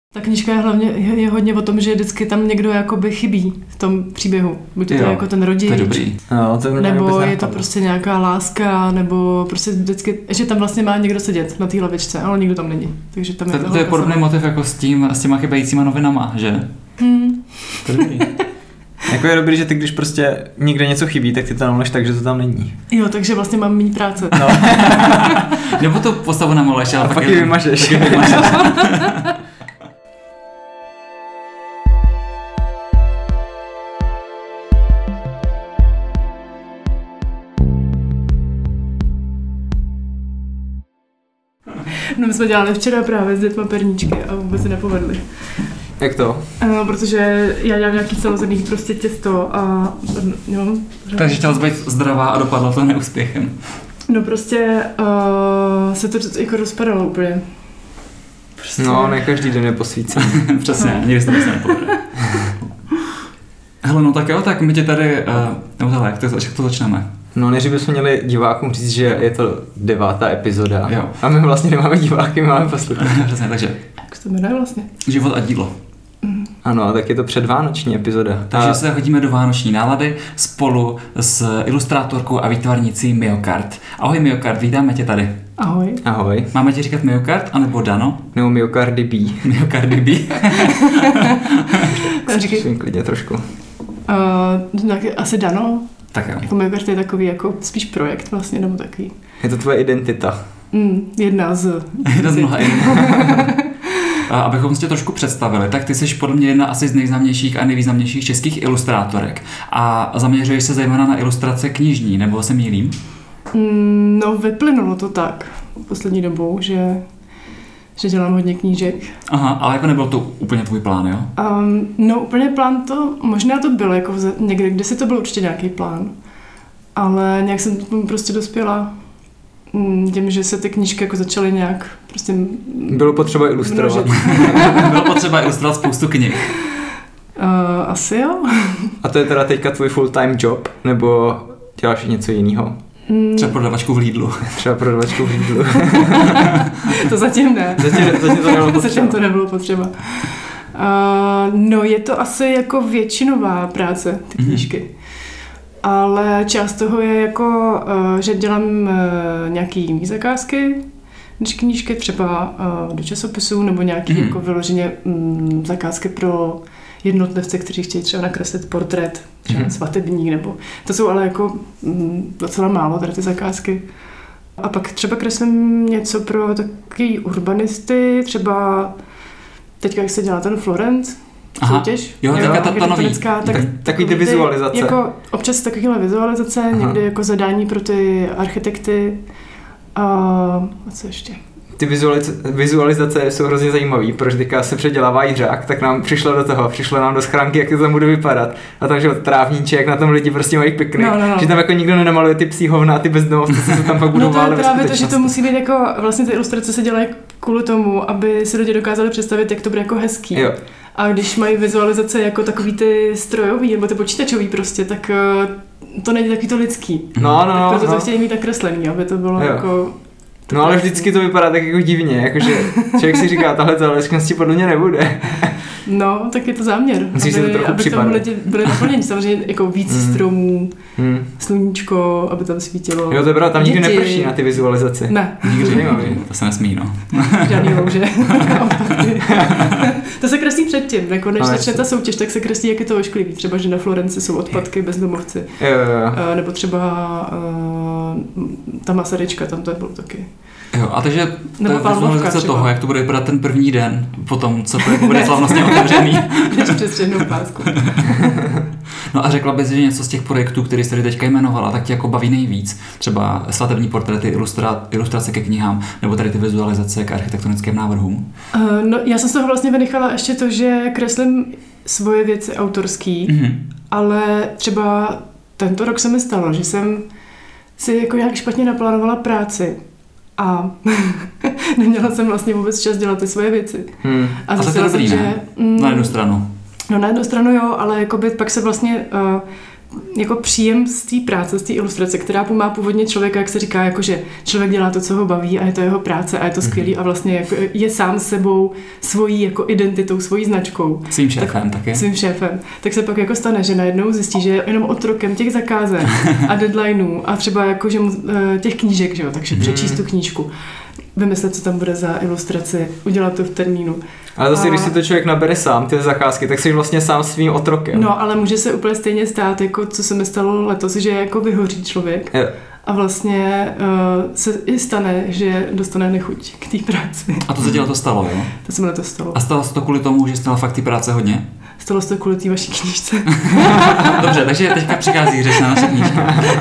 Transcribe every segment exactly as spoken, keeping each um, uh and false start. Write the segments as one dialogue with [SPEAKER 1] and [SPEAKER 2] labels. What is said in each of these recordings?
[SPEAKER 1] Ta knížka je hlavně je hodně o tom, že vždycky tam někdo jakoby chybí v tom příběhu. Buď to je jako ten rodič,
[SPEAKER 2] to je dobrý.
[SPEAKER 3] No, to
[SPEAKER 1] nebo je to prostě nějaká láska, nebo prostě vždycky, že tam vlastně má někdo sedět na té lavičce, ale nikdo tam není. Takže tam
[SPEAKER 2] to,
[SPEAKER 1] je
[SPEAKER 2] to je podobný sama. Motiv jako s, tím, s těma chybějícíma novinama, že?
[SPEAKER 1] Hmm.
[SPEAKER 2] To je dobrý.
[SPEAKER 3] Jako je dobrý, že ty když prostě někde něco chybí, tak ty to namleš tak, že to tam není.
[SPEAKER 1] Jo, takže vlastně mám méně práce.
[SPEAKER 3] No.
[SPEAKER 2] Nebo tu postavu namleš, ale
[SPEAKER 3] a pak ji vymažeš.
[SPEAKER 1] No my jsme dělali včera právě s dětma perníčky a vůbec se nepovedly.
[SPEAKER 3] Jak to?
[SPEAKER 1] No, protože já dělám nějaký celozrnný prostě těsto a jo.
[SPEAKER 2] Takže chtěla jsi být zdravá a dopadlo to neúspěchem.
[SPEAKER 1] No prostě uh, se to jako rozpadalo úplně.
[SPEAKER 3] Prostě... No, ne každý den je posvícen.
[SPEAKER 2] Přesně, no. Nikdy se to prostě nepovede. Hele, no tak jo, tak my tě tady, uh, nebo hele, jak to, jak to začneme?
[SPEAKER 3] No, než bychom měli divákům říct, že je to devátá epizoda.
[SPEAKER 2] Jo.
[SPEAKER 3] A my vlastně nemáme diváky, my máme posluchače.
[SPEAKER 2] Přesně, takže.
[SPEAKER 1] Jak se to jmenuje vlastně?
[SPEAKER 2] Život a dílo.
[SPEAKER 1] Mm.
[SPEAKER 3] Ano, tak je to předvánoční epizoda.
[SPEAKER 2] Takže
[SPEAKER 3] a...
[SPEAKER 2] se hodíme do vánoční nálady spolu s ilustrátorkou a výtvarnicí Myokard. Ahoj Myokard, vítáme tě tady.
[SPEAKER 1] Ahoj.
[SPEAKER 3] Ahoj.
[SPEAKER 2] Máme ti říkat Myokard, anebo Dano?
[SPEAKER 3] Nebo Myocardy B.
[SPEAKER 2] Myocardy B.
[SPEAKER 3] Říkej. Klidně trošku.
[SPEAKER 1] Uh, asi Dano.
[SPEAKER 2] Tak jo.
[SPEAKER 1] Jako Myokard je takový jako spíš projekt vlastně, nebo takový.
[SPEAKER 3] Je to tvoje identita.
[SPEAKER 1] Mm, jedna z...
[SPEAKER 2] Jedna z mnoha Abychom si tě trošku představili, tak ty jsi podle mě jedna asi z nejznámějších a nejvýznamnějších českých ilustrátorek. A zaměřuješ se zejména na ilustrace knižní, nebo se mýlím?
[SPEAKER 1] Mm, no, vyplynulo to tak poslední dobou, že, že dělám hodně knížek.
[SPEAKER 2] Aha, ale jako nebyl to úplně tvůj plán, jo?
[SPEAKER 1] Um, no, úplně plán to, možná to bylo, jako někde, kde si to byl určitě nějaký plán. Ale nějak jsem prostě dospěla tím, že se ty knížky jako začaly nějak prostě...
[SPEAKER 3] Bylo potřeba ilustrovat.
[SPEAKER 2] Bylo potřeba ilustrovat spoustu knih.
[SPEAKER 1] Uh, asi jo.
[SPEAKER 3] A to je teda teďka tvůj full-time job? Nebo děláš něco jiného?
[SPEAKER 1] Mm.
[SPEAKER 2] Třeba prodavačku v Lidlu.
[SPEAKER 3] Třeba prodavačku v Lidlu.
[SPEAKER 1] To zatím ne.
[SPEAKER 3] Zatím, zatím to nebylo potřeba.
[SPEAKER 1] Zatím to nebylo potřeba. Uh, no, je to asi jako většinová práce, ty knížky. Mm. Ale část toho je jako, že dělám nějaký zakázky, než knížky třeba do časopisů nebo nějaký mm. jako vyloženě zakázky pro jednotlivce, kteří chtějí třeba nakreslit portrét, třeba mm. svatební, nebo to jsou ale jako docela málo tady ty zakázky. A pak třeba kreslím něco pro takový urbanisty, třeba teďka, jak se dělá ten Florence, soutěž.
[SPEAKER 2] Jo, jo, ta, ta nový.
[SPEAKER 1] Tak,
[SPEAKER 3] tak, takový ty vizualizace.
[SPEAKER 1] Jako občas takovýhle vizualizace, aha. Někdy jako zadání pro ty architekty. A, a co ještě?
[SPEAKER 3] Ty vizualizace, vizualizace jsou hrozně zajímavý, protože teďka se předělává Jiřák, tak nám přišlo do toho, přišlo nám do schránky, jak to tam bude vypadat. A takže od trávníček, na tom lidi prostě mají piknik. No, no, no. Že tam jako nikdo nenamaluje ty psí hovna a ty bezdomovce, co se tam pak budou
[SPEAKER 1] no to
[SPEAKER 3] válet.
[SPEAKER 1] Je právě to, že to musí být jako, vlastně ty ilustrace se dělají kvůli tomu, aby si lidi dokázali představit, jak to bude jako hezký.
[SPEAKER 3] Jo.
[SPEAKER 1] A když mají vizualizace jako takový ty strojový, nebo ty počítačový prostě, tak to není takový to lidský.
[SPEAKER 3] No, no,
[SPEAKER 1] tak proto
[SPEAKER 3] no.
[SPEAKER 1] to chtějí mít tak kreslený, aby to bylo jo. Jako...
[SPEAKER 3] No ale vždycky to vypadá tak jako divně, jakože člověk si říká, tahle to ve skutečnosti podle mě nebude.
[SPEAKER 1] No, tak je to záměr,
[SPEAKER 3] musíš
[SPEAKER 1] aby,
[SPEAKER 3] se to trochu
[SPEAKER 1] aby tam lidi byli naplněni, samozřejmě jako víc mm. stromů, mm. sluníčko, aby tam svítilo.
[SPEAKER 3] Jo, to je pravda, tam nikdy neprší na ty vizualizace.
[SPEAKER 1] Ne.
[SPEAKER 2] Nikdy neprší, to se nesmí, no.
[SPEAKER 1] Žádný louže. To se kreslí předtím, jako než no, začne ta soutěž, tak se kreslí, jak je to ošklivý. Třeba, že na Florenci jsou odpadky bezdomovci.
[SPEAKER 3] Jo, jo, jo.
[SPEAKER 1] Nebo třeba uh, ta Masaryčka, tam to bylo taky.
[SPEAKER 2] Jo, a takže to je vizualizace toho, jak to bude vypadat ten první den, potom, co to bude slavnostně otevřený.
[SPEAKER 1] Než přes střednou pásku.
[SPEAKER 2] No a řekla bys, že něco z těch projektů, který jste teďka jmenovala, tak tě jako baví nejvíc? Třeba svatební portréty, ilustra, ilustrace ke knihám, nebo tady ty vizualizace k architektonickým návrhům?
[SPEAKER 1] Uh, no, já jsem z toho vlastně vynechala ještě to, že kreslím svoje věci autorský, mm-hmm. ale třeba tento rok se mi stalo, že jsem si jako nějak špatně naplánovala práci. A neměla jsem vlastně vůbec čas dělat ty svoje věci.
[SPEAKER 3] Hmm.
[SPEAKER 1] A,
[SPEAKER 2] a
[SPEAKER 1] zjistila jsem, že...
[SPEAKER 2] Mm, na jednu stranu.
[SPEAKER 1] No na jednu stranu jo, ale jakoby pak se vlastně uh, jako příjem z té práce, z té ilustrace, která má původně člověka, jak se říká, jako že člověk dělá to, co ho baví a je to jeho práce a je to skvělý a vlastně jako je sám sebou svojí jako identitou, svojí značkou.
[SPEAKER 2] Svým šéfem
[SPEAKER 1] tak,
[SPEAKER 2] taky.
[SPEAKER 1] Svým šéfem. Tak se pak jako stane, že najednou zjistí, že je jenom otrokem těch zakázek a deadlineů a třeba jako, že mu, těch knížek, že jo, takže přečíst tu knížku, vymyslet, co tam bude za ilustraci, udělat to v termínu.
[SPEAKER 3] Ale zase,
[SPEAKER 1] a...
[SPEAKER 3] když si to člověk nabere sám, ty zakázky, tak jsi vlastně sám svým otrokem.
[SPEAKER 1] No, ale může se úplně stejně stát, jako co se mi stalo letos, že jako vyhoří člověk
[SPEAKER 3] je.
[SPEAKER 1] A vlastně uh, se i stane, že dostane nechuť k té práci.
[SPEAKER 2] A to se ti to stalo, jo?
[SPEAKER 1] To se mi letos stalo.
[SPEAKER 2] A stalo se to kvůli tomu, že jsi měla fakt ty práce hodně?
[SPEAKER 1] Stalo se to kvůli té vaší knížce.
[SPEAKER 2] Dobře, takže teďka přichází řeč na naše knížky.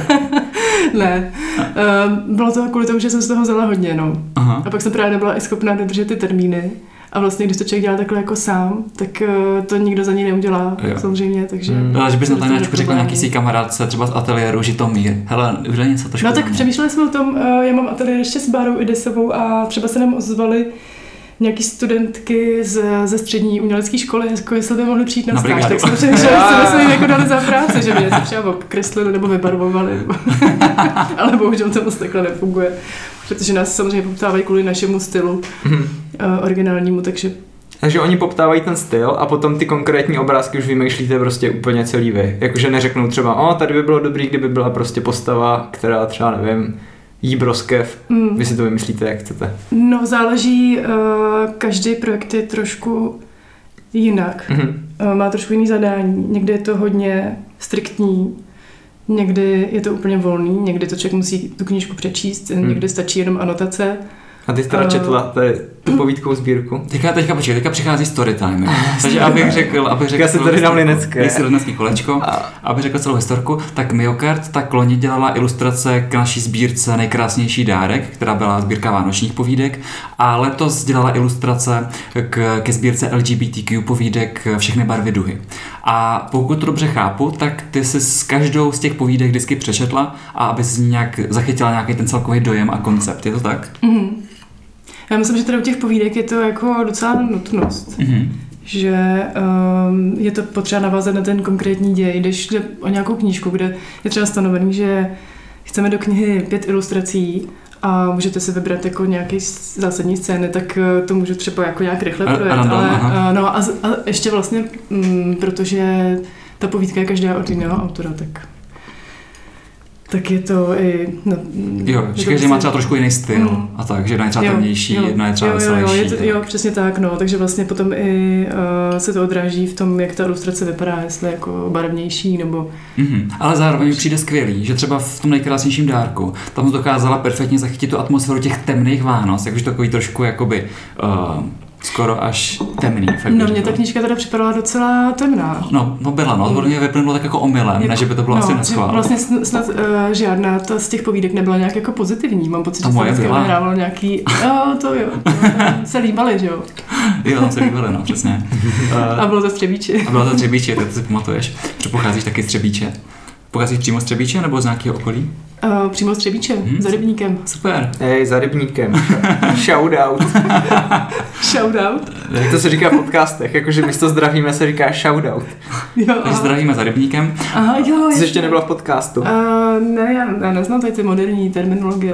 [SPEAKER 1] Ne, uh, bylo to kvůli tomu, že jsem z toho vzala hodně, no.
[SPEAKER 2] Aha.
[SPEAKER 1] A pak jsem právě nebyla i schopná dodržet ty termíny. A vlastně, když to člověk dělá takhle jako sám, tak uh, to nikdo za ní neudělá, jo. Samozřejmě, takže...
[SPEAKER 2] Hmm. Ale že bys na to nějak řekla nějaký si kamarádce, třeba z ateliéru Žitomír. Hele, udělej něco trošku.
[SPEAKER 1] No tak přemýšleli jsme o tom, uh, já mám ateliér ještě s Bárou Idesovou a třeba se nám ozvali nějaký studentky z, ze střední umělecké školy, jako jestli by mohly přijít na, na stáž, tak jsme přemýšleli, co jsme jim jako dali za práci, že by něco třeba okreslili nebo vybarvovali. Ale bohužel to moc takhle nefunguje, protože nás samozřejmě poptávají kvůli našemu stylu mm-hmm. uh, originálnímu, takže...
[SPEAKER 3] Takže oni poptávají ten styl a potom ty konkrétní obrázky už vymýšlíte prostě úplně celý vy. Jakože neřeknou třeba, o, tady by bylo dobrý, kdyby byla prostě postava, která třeba, nevím, jí broskev. Mm. Vy si to vymyslíte, jak chcete.
[SPEAKER 1] No, záleží, uh, každý projekt je trošku jinak. Mm-hmm. Uh, má trošku jiný zadání. Někdy je to hodně striktní, někdy je to úplně volný, někdy to člověk musí tu knížku přečíst, mm. někdy stačí jenom anotace.
[SPEAKER 3] A ty jsi teda četla tady tu povídkovou sbírku?
[SPEAKER 2] Teďka, teďka počkej, teďka přichází storytime. Takže abych řekl, abych řekl...
[SPEAKER 3] Já se tady dám linecké.
[SPEAKER 2] Dej si linecký kolečko. A... Abych řekl celou historku, tak Myokart tak loni dělala ilustrace k naší sbírce Nejkrásnější dárek, která byla sbírka vánočních povídek. A letos dělala ilustrace k, ke sbírce L G B T Q povídek Všechny barvy duhy. A pokud to dobře chápu, tak ty jsi s každou z těch povídek vždycky přečetla a aby si nějak zachytila nějaký ten celkový dojem a koncept. Je to tak?
[SPEAKER 1] Mm. Já myslím, že tady u těch povídek je to jako docela nutnost. Mm-hmm. Že um, je to potřeba navázat na ten konkrétní děj. Když jde o nějakou knížku, kde je třeba stanovený, že chceme do knihy pět ilustrací a můžete si vybrat jako nějaký zásadní scény, tak to můžu třeba jako nějak rychle projet.
[SPEAKER 2] Random,
[SPEAKER 1] ale, uh, no a, a ještě vlastně, mm, protože ta povídka je každá od jiného autora, tak... tak je to i... No,
[SPEAKER 2] jo, že každý má třeba trošku jiný styl mm. a tak, že jedna je třeba temnější, jedna je třeba veselější.
[SPEAKER 1] Jo, jo, jo, jo, přesně tak, no, takže vlastně potom i uh, se to odráží v tom, jak ta ilustrace vypadá, jestli jako barevnější nebo...
[SPEAKER 2] Mm-hmm. Ale zároveň mi přijde skvělý, že třeba v tom Nejkrásnějším dárku tam dokázala perfektně zachytit tu atmosféru těch temných Vánoc, jakože takový trošku jakoby... Uh, skoro až temný. Fakt
[SPEAKER 1] no, mně ta knížka teda připadala docela temná.
[SPEAKER 2] No, no byla, no, to mě vyplynulo tak jako omylem, jako, ne, že by to bylo
[SPEAKER 1] no,
[SPEAKER 2] asi neschvál.
[SPEAKER 1] Vlastně snad uh, žádná ta z těch povídek nebyla nějak jako pozitivní. Mám pocit,
[SPEAKER 2] a
[SPEAKER 1] že
[SPEAKER 2] moje
[SPEAKER 1] se
[SPEAKER 2] byla.
[SPEAKER 1] Hrávalo nějaký, jo, to jo, tam se líbali, že jo.
[SPEAKER 2] Jo, tam se líbali, no, přesně.
[SPEAKER 1] Uh, a bylo to z Třebíče.
[SPEAKER 2] A bylo to z Třebíče, tak to si pamatuješ. Protože pocházíš taky z Třebíče. Pocházíš přímo z Třebíče nebo z nějakého okolí?
[SPEAKER 1] Uh, přímo z Třebíče, hmm. za Rybníkem.
[SPEAKER 2] Super.
[SPEAKER 3] Hej, za Rybníkem. Shoutout.
[SPEAKER 1] Shoutout.
[SPEAKER 3] Jak to se říká v podcastech, jakože místo zdravíme se říká shoutout.
[SPEAKER 2] Jo, takže zdravíme za Rybníkem.
[SPEAKER 1] Aha, jo.
[SPEAKER 3] Jsi ještě nebyla v podcastu?
[SPEAKER 1] Uh, ne, já, já neznám tady ty moderní terminologie.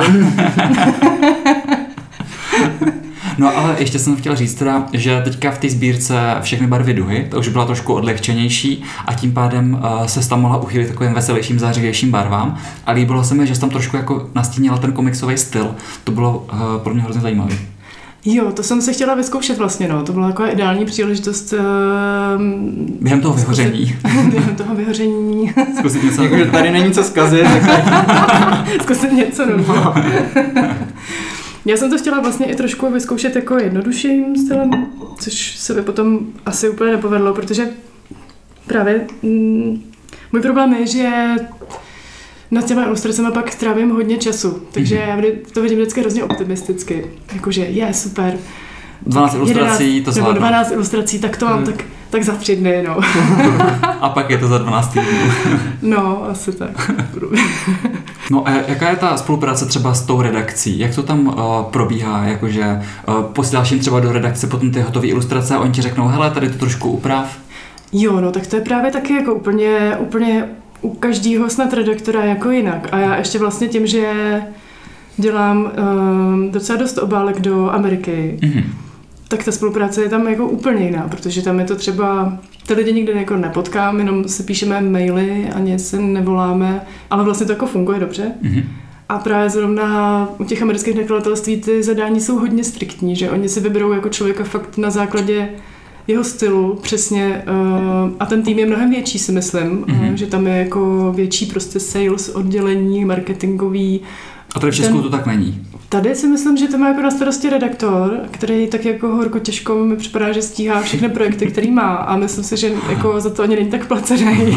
[SPEAKER 2] No ale ještě jsem chtěl říct teda, že teďka v té sbírce Všechny barvy duhy, to už byla trošku odlehčenější a tím pádem uh, se tam mohla uchylit takovým veselějším, zářivějším barvám a líbilo se mi, že jsi tam trošku jako nastínila ten komiksový styl. To bylo uh, pro mě hrozně zajímavé.
[SPEAKER 1] Jo, to jsem se chtěla vyzkoušet vlastně, no. To byla taková ideální příležitost. Uh,
[SPEAKER 2] během toho vyhoření.
[SPEAKER 1] Zkusit, během toho vyhoření.
[SPEAKER 2] Zkusit něco.
[SPEAKER 3] Jakože tady není co zkazit, tak...
[SPEAKER 1] Zkusit něco nového. Já jsem to chtěla vlastně i trošku vyzkoušet jako jednodušším stylem, což se mi potom asi úplně nepovedlo, protože právě mm, můj problém je, že nad těma ilustracemi pak trávím hodně času, takže mm-hmm. já to vidím vždycky hrozně optimisticky, jakože je super.
[SPEAKER 2] dvanáct ilustrací, to zvládnu.
[SPEAKER 1] Nebo dvanáct ilustrací, tak to mám mm. tak, tak za tři dny, no.
[SPEAKER 2] A pak je to za dvanáct týdnů.
[SPEAKER 1] No, asi tak.
[SPEAKER 2] No a jaká je ta spolupráce třeba s tou redakcí? Jak to tam uh, probíhá? Jakože uh, posíláš jim třeba do redakce potom ty hotové ilustrace a oni ti řeknou, hele, tady to trošku uprav?
[SPEAKER 1] Jo, no tak to je právě taky jako úplně, úplně u každého snad redaktora jako jinak. A já ještě vlastně tím, že dělám uh, docela dost obálek do Ameriky, mm-hmm. tak ta spolupráce je tam jako úplně jiná, protože tam je to třeba, ty lidi nikdy jako nepotkám, jenom se píšeme maily, ani se nevoláme, ale vlastně to jako funguje dobře. Mm-hmm. A právě zrovna u těch amerických nakladatelství ty zadání jsou hodně striktní, že oni si vyberou jako člověka fakt na základě jeho stylu přesně uh, a ten tým je mnohem větší, si myslím, mm-hmm. uh, že tam je jako větší prostě sales oddělení, marketingový.
[SPEAKER 2] A tady v Česku ten, to tak není?
[SPEAKER 1] Tady si myslím, že to má jako na starosti redaktor, který tak jako horko těžko mi připadá, že stíhá všechny projekty, který má a myslím si, že jako za to ani není tak placený.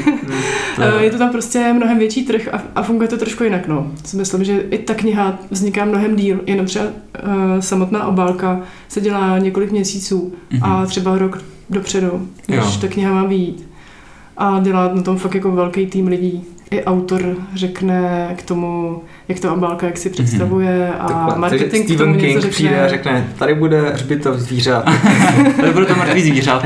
[SPEAKER 1] Je to tam prostě mnohem větší trh a, a funguje to trošku jinak. No. Si myslím, že i ta kniha vzniká mnohem díl, jenom třeba uh, samotná obálka se dělá několik měsíců mm-hmm. a třeba rok dopředu, než jo. ta kniha má vyjít. A dělá na tom fakt jako velký tým lidí. I autor řekne k tomu, jak to obálka, jak si představuje a Takhle, marketing
[SPEAKER 3] k tomu něco řekne. Přijde a řekne, tady bude hřbitov zvířat.
[SPEAKER 2] Tady bude to mrtvý zvířat.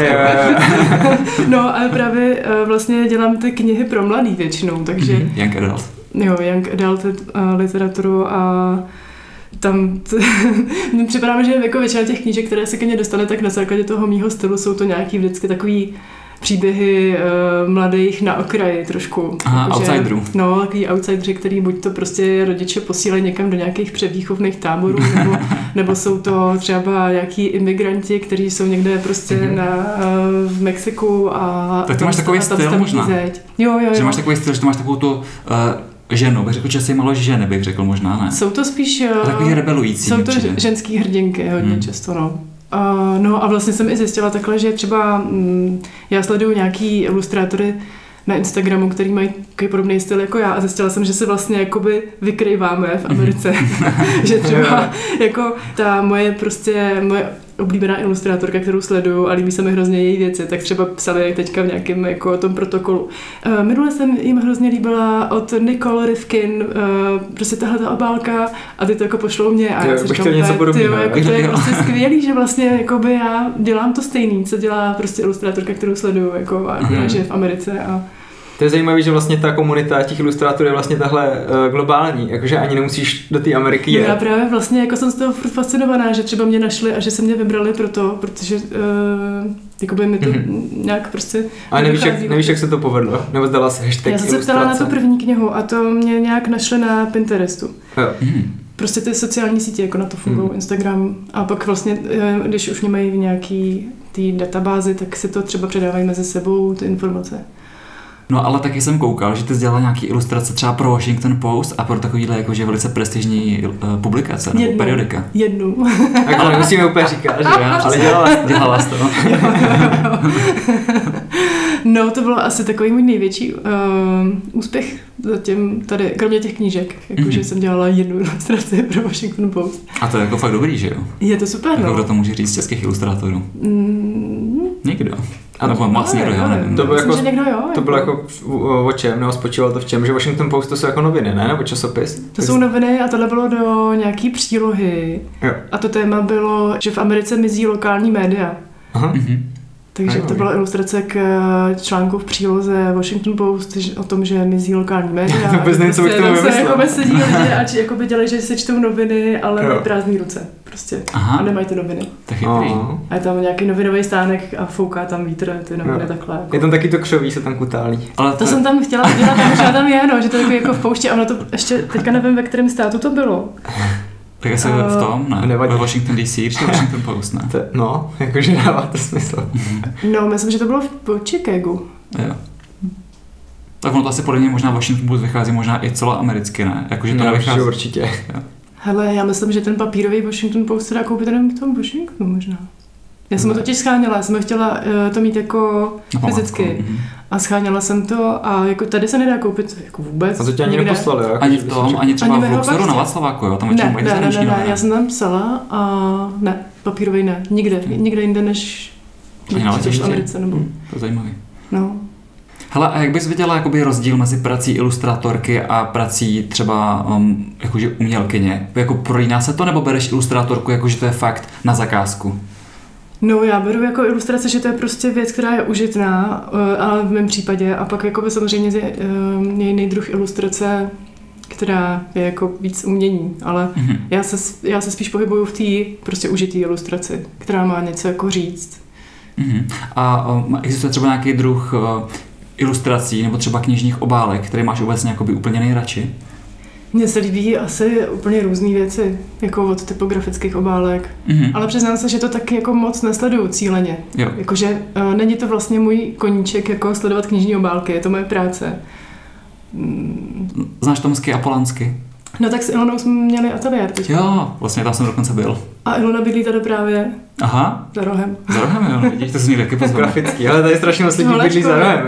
[SPEAKER 1] No a právě vlastně dělám ty knihy pro mladý většinou, takže...
[SPEAKER 2] Mm-hmm. Young adult.
[SPEAKER 1] Jo, young adult uh, literaturu a tam t- mi připadá, že jako většina těch knížek, které se ke mně dostane, tak na základě toho mýho stylu jsou to nějaký vždycky takový příběhy uh, mladých na okraji trošku.
[SPEAKER 2] Aha, jako, outsiderů.
[SPEAKER 1] No, takový outsideri, který buď to prostě rodiče posílají někam do nějakých převýchovných táborů, nebo, nebo jsou to třeba nějaký imigranti, kteří jsou někde prostě mm-hmm. na, uh, v Mexiku a
[SPEAKER 2] tak to máš takový styl možná.
[SPEAKER 1] Zeď. Jo, jo, jo.
[SPEAKER 2] Že máš takový styl, že to máš takovou tu uh, ženu, bych řekl, že si malo ženy, bych řekl možná, ne?
[SPEAKER 1] Jsou to spíš... Uh,
[SPEAKER 2] takový rebelující.
[SPEAKER 1] Jsou to přijde. Ženský hrdinky hodně hmm. často, no. Uh, no a vlastně jsem i zjistila takhle, že třeba mm, já sleduju nějaký ilustrátory na Instagramu, který mají takový podobný styl jako já a zjistila jsem, že se vlastně jakoby vykrýváme v Americe. Že třeba jako ta moje prostě, moje oblíbená ilustrátorka, kterou sleduju a líbí se mi hrozně její věci, tak třeba psali teďka v nějakém jako tom protokolu. Uh, minule jsem jim hrozně líbila od Nicole Rifkin, uh, prostě tahle ta obálka a ty to jako pošlou mě a já si říkám,
[SPEAKER 3] něco podobného.
[SPEAKER 1] Jako, to je prostě skvělý, že vlastně jakoby já dělám to stejný, co dělá prostě ilustrátorka, kterou sleduju jako a mm-hmm. že je v Americe a
[SPEAKER 3] to je zajímavé, že vlastně ta komunita těch ilustrátorů je vlastně tahle uh, globální, jakože ani nemusíš do té Ameriky jet.
[SPEAKER 1] Já právě vlastně jako jsem z toho furt fascinovaná, že třeba mě našli a že se mě vybrali proto, protože uh, jakoby mi to mm-hmm. nějak prostě
[SPEAKER 3] a nevíš jak, nevíš, jak se to povedlo? Nebo zdala se hashtag
[SPEAKER 1] Já jsem se ptala na tu první knihu a to mě nějak našli na Pinterestu.
[SPEAKER 3] Jo. Mm-hmm.
[SPEAKER 1] Prostě ty sociální sítě, jako na to fungují, mm. Instagram a pak vlastně, když už mě mají v nějaký té databázi, tak si to třeba předávají mezi sebou, ty informace.
[SPEAKER 2] No ale taky jsem koukal, že ty jsi dělala nějaký ilustrace třeba pro Washington Post a pro takovýhle jakože velice prestižní uh, publikace nebo
[SPEAKER 1] jednu,
[SPEAKER 2] periodika.
[SPEAKER 1] Jednu.
[SPEAKER 3] Tak ale musíme úplně říkat, že já, ale dělala, dělala jsi to.
[SPEAKER 1] Jo, jo, jo. No to bylo asi takový můj největší uh, úspěch zatím tady, kromě těch knížek, jakože mm-hmm. jsem dělala jednu ilustraci pro Washington Post.
[SPEAKER 2] A to je jako fakt dobrý, že jo?
[SPEAKER 1] Je to super,
[SPEAKER 2] jako
[SPEAKER 1] no.
[SPEAKER 2] Kdo to může říct z českých ilustrátorů?
[SPEAKER 1] Mm.
[SPEAKER 2] Nikdo.
[SPEAKER 3] A
[SPEAKER 2] nebo moc někdo, já nevím.
[SPEAKER 3] To bylo
[SPEAKER 1] Myslím,
[SPEAKER 3] jako,
[SPEAKER 1] někdo, jo,
[SPEAKER 3] to bylo jako o čem, nebo spočívalo to v čem, že Washington Post to jsou jako noviny, ne? Nebo časopis?
[SPEAKER 1] To jsou noviny a tohle bylo do nějaký přílohy. Jo. A to téma bylo, že v Americe mizí lokální média. Aha. Mm-hmm. Takže to byla ilustrace k článku v příloze Washington Post o tom, že mizí lokální média.
[SPEAKER 3] To vůbec nevím, co bych tomu vymyslel.
[SPEAKER 1] Jako sedí lidi a či, jako by dělají, že si čtou noviny, ale mají prázdný ruce. Prostě. Aha. A nemají ty noviny.
[SPEAKER 2] To je chytrý.
[SPEAKER 1] A je tam nějaký novinový stánek a fouká tam vítr, ty noviny no. takhle. Jako.
[SPEAKER 3] Je tam taky to křoví, se tam kutálí.
[SPEAKER 1] Ale to, to jsem tam chtěla dělat, možná tam je, no, že to je jako v poušti a ono to ještě teďka nevím, ve kterém státu to bylo.
[SPEAKER 2] Tak asi uh, v tom, ne? Nevadí. Ve Washington D C, či Washington Post, ne?
[SPEAKER 3] To, no, jakože dává to smysl.
[SPEAKER 1] No, myslím, že to bylo v Chicagu.
[SPEAKER 2] Jo. Tak ono to asi podle mě možná Washington Post vychází možná i celoamericky, ne? Jakože to
[SPEAKER 3] no,
[SPEAKER 2] nevychází.
[SPEAKER 3] určitě.
[SPEAKER 2] Jo.
[SPEAKER 1] Hele, já myslím, že ten papírový Washington Post se dá koupit jenom v tom Washingtonu možná. Já jsem ne. ho totiž scháněla, já jsem chtěla uh, to mít jako no, fyzicky. Mm-hmm. A scháněla jsem to a jako tady se nedá koupit jako vůbec.
[SPEAKER 3] A to tě ani neposlali, jo?
[SPEAKER 2] Ani v tom, ani třeba ani v Luxoru na Václaváku, jo? Tam
[SPEAKER 1] ne, ne, ne, ne, ne, já jsem tam psala a ne, papírový ne, nikde, hmm. nikde jinde než v Americe. Nebo... Hmm,
[SPEAKER 2] to je zajímavý.
[SPEAKER 1] No.
[SPEAKER 2] Hele, a jak bys viděla jakoby rozdíl mezi prací ilustrátorky a prací třeba um, jakože umělkyně? Jako prolíná se to, nebo bereš ilustrátorku, jakože to je fakt na zakázku?
[SPEAKER 1] No já beru jako ilustrace, že to je prostě věc, která je užitná, ale v mém případě. A pak jako by samozřejmě je jiný druh ilustrace, která je jako víc umění, ale mm-hmm. já, se, já se spíš pohybuju v té prostě užitý ilustraci, která má něco jako říct.
[SPEAKER 2] Mm-hmm. A um, existuje třeba nějaký druh uh, ilustrací nebo třeba knižních obálek, které máš obecně jakoby úplně nejradši?
[SPEAKER 1] Mně se líbí asi úplně různé věci, jako od typografických obálek, mm-hmm. ale přiznám se, že to taky jako moc nesleduju cíleně. Jakože uh, není to vlastně můj koníček jako sledovat knižní obálky, je to moje práce.
[SPEAKER 2] Mm. Znáš Tomsky a Polansky?
[SPEAKER 1] No tak s Ilonou jsme měli ateliér teď.
[SPEAKER 2] Jo, vlastně tam jsem dokonce byl.
[SPEAKER 1] A Ilona bydlí tady právě
[SPEAKER 2] Aha.
[SPEAKER 1] za rohem.
[SPEAKER 2] Za rohem, jo, vidíš, to jsem někde taky pozval.
[SPEAKER 3] Grafický, ale tady strašně moc lidí bydlí za rohem.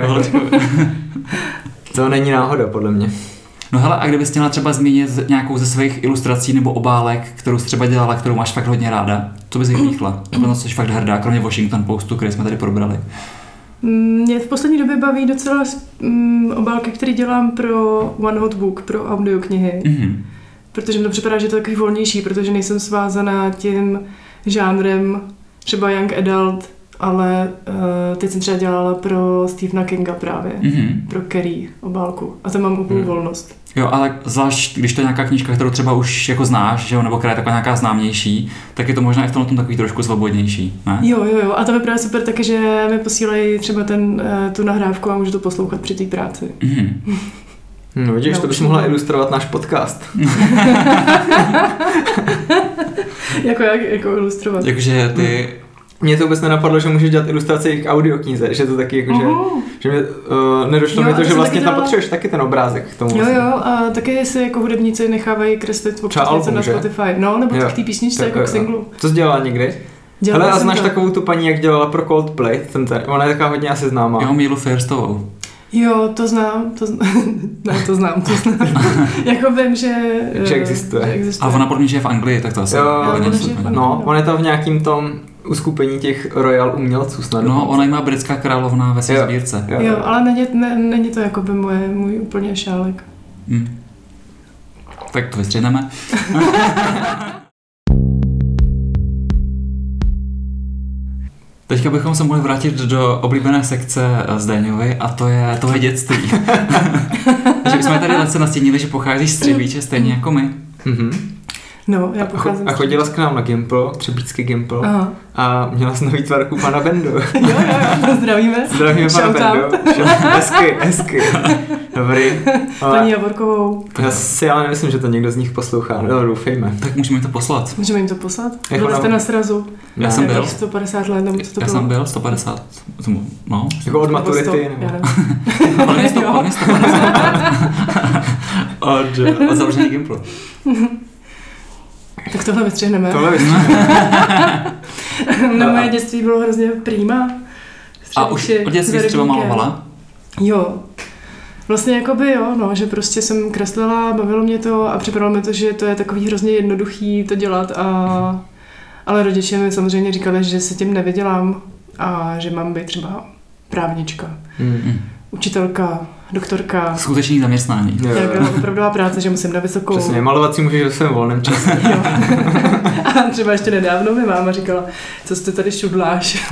[SPEAKER 3] To není náhoda, podle mě.
[SPEAKER 2] No hele, a kdybys měla třeba zmínit nějakou ze svých ilustrací nebo obálek, kterou jsi třeba dělala, kterou máš fakt hodně ráda, co bys vypíchla? Nebo na co jsi fakt hrdá, kromě Washington Postu, který jsme tady probrali?
[SPEAKER 1] Mě v poslední době baví docela um, obálky, které dělám pro One Hot Book, pro audioknihy. Mm-hmm. Protože mi to připadá, že je to takový volnější, protože nejsem svázaná tím žánrem třeba young adult, ale uh, teď jsem třeba dělala pro Stephena Kinga právě, mm-hmm. pro Carrie obálku. A tam mám úplnou mm. volnost.
[SPEAKER 2] Jo, ale zvlášť, když to je nějaká knížka, kterou třeba už jako znáš, že jo, nebo která je taková nějaká známější, tak je to možná i v tom takový trošku svobodnější, ne?
[SPEAKER 1] Jo, jo, jo. A to je právě super taky, že mi posílají třeba ten, tu nahrávku a můžu to poslouchat při té práci. Mm-hmm.
[SPEAKER 3] No vidíš, no, to bys mohla ilustrovat náš podcast.
[SPEAKER 1] jako jak jako ilustrovat?
[SPEAKER 2] Jakože ty...
[SPEAKER 3] Mně to vůbec nenapadlo, že můžeš dělat ilustrace k audioknize, že to taky jako, uh-huh. že, že mě, uh, nedošlo jo, mi to, že vlastně tam potřebuješ taky ten obrázek k tomu.
[SPEAKER 1] Jo, jo, a taky si jako hudebníci nechávají kreslit občas něco na Spotify. No, nebo jo. k té písničce jako jo, k singlu.
[SPEAKER 3] To jsi dělala někdy?
[SPEAKER 1] Dělala
[SPEAKER 3] hele, a znáš
[SPEAKER 1] to.
[SPEAKER 3] takovou tu paní, jak dělala pro Coldplay? Ten ten, ona je taková hodně asi známá.
[SPEAKER 2] Jo, Mílu Firstovou.
[SPEAKER 1] Jo, to znám, to znám, ne, to znám, to znám. jako vím, že,
[SPEAKER 3] že existuje.
[SPEAKER 1] Že existuje.
[SPEAKER 2] A ona podle mě žije v Anglii, tak to asi.
[SPEAKER 3] Jo, jo no, no, on je tam v nějakým tom uskupení těch royal umělců snad.
[SPEAKER 2] No, ona má britská královna ve své sbírce.
[SPEAKER 1] Jo, jo, ale není, ne, není to jako by moje, můj úplně šálek.
[SPEAKER 2] Hmm. Tak to vystřihneme. Teďka bychom se mohli vrátit do oblíbené sekce Zdeňovy a to je tvoje dětství. Takže bychom tady lehce nastínili, že pocházíš z Třebíče stejně jako my.
[SPEAKER 3] Mm-hmm.
[SPEAKER 1] No, já pocházím.
[SPEAKER 3] A chodila jsi k nám na Gimpl, Třebíčský Gimpl. Aha. A měla jsi nový tvarku pana Bendu.
[SPEAKER 1] jo, jo, jo, zdravíme.
[SPEAKER 3] Zdravíme pana Bendu. Hezky, hezky. Dobrý.
[SPEAKER 1] Paní Javorkovou.
[SPEAKER 3] Já si ale nemyslím, že to někdo z nich poslouchá. No, doufejme.
[SPEAKER 2] Tak můžeme jim to poslat.
[SPEAKER 1] Můžeme jim to poslat? Byli jste na srazu.
[SPEAKER 2] Já jsem byl.
[SPEAKER 1] sto padesát let, nebo co to
[SPEAKER 2] Já
[SPEAKER 1] bylo?
[SPEAKER 2] jsem byl, sto padesát. No.
[SPEAKER 3] Jako od maturity.
[SPEAKER 2] Ale mě sto padesát. Od, od založení Gimplu.
[SPEAKER 1] Tak tohle vystřihneme.
[SPEAKER 3] Tohle vystřihneme.
[SPEAKER 1] Na moje dětství bylo hrozně prýma.
[SPEAKER 2] A už od dětství jsi třeba malovala?
[SPEAKER 1] Jo. Vlastně jakoby jo, no, že prostě jsem kreslila, bavilo mě to a připadalo mi to, že to je takový hrozně jednoduchý to dělat a... Ale rodiče mi samozřejmě říkali, že se tím nevydělám a že mám být třeba právnička, mm. učitelka, doktorka.
[SPEAKER 2] Skutečný zaměstnání.
[SPEAKER 1] Nějaká opravdová práce, že musím na vysokou...
[SPEAKER 3] Přesně, malovat si můžeš ve svém volném čase.
[SPEAKER 1] A třeba ještě nedávno mi máma říkala, co jsi tady šudláš.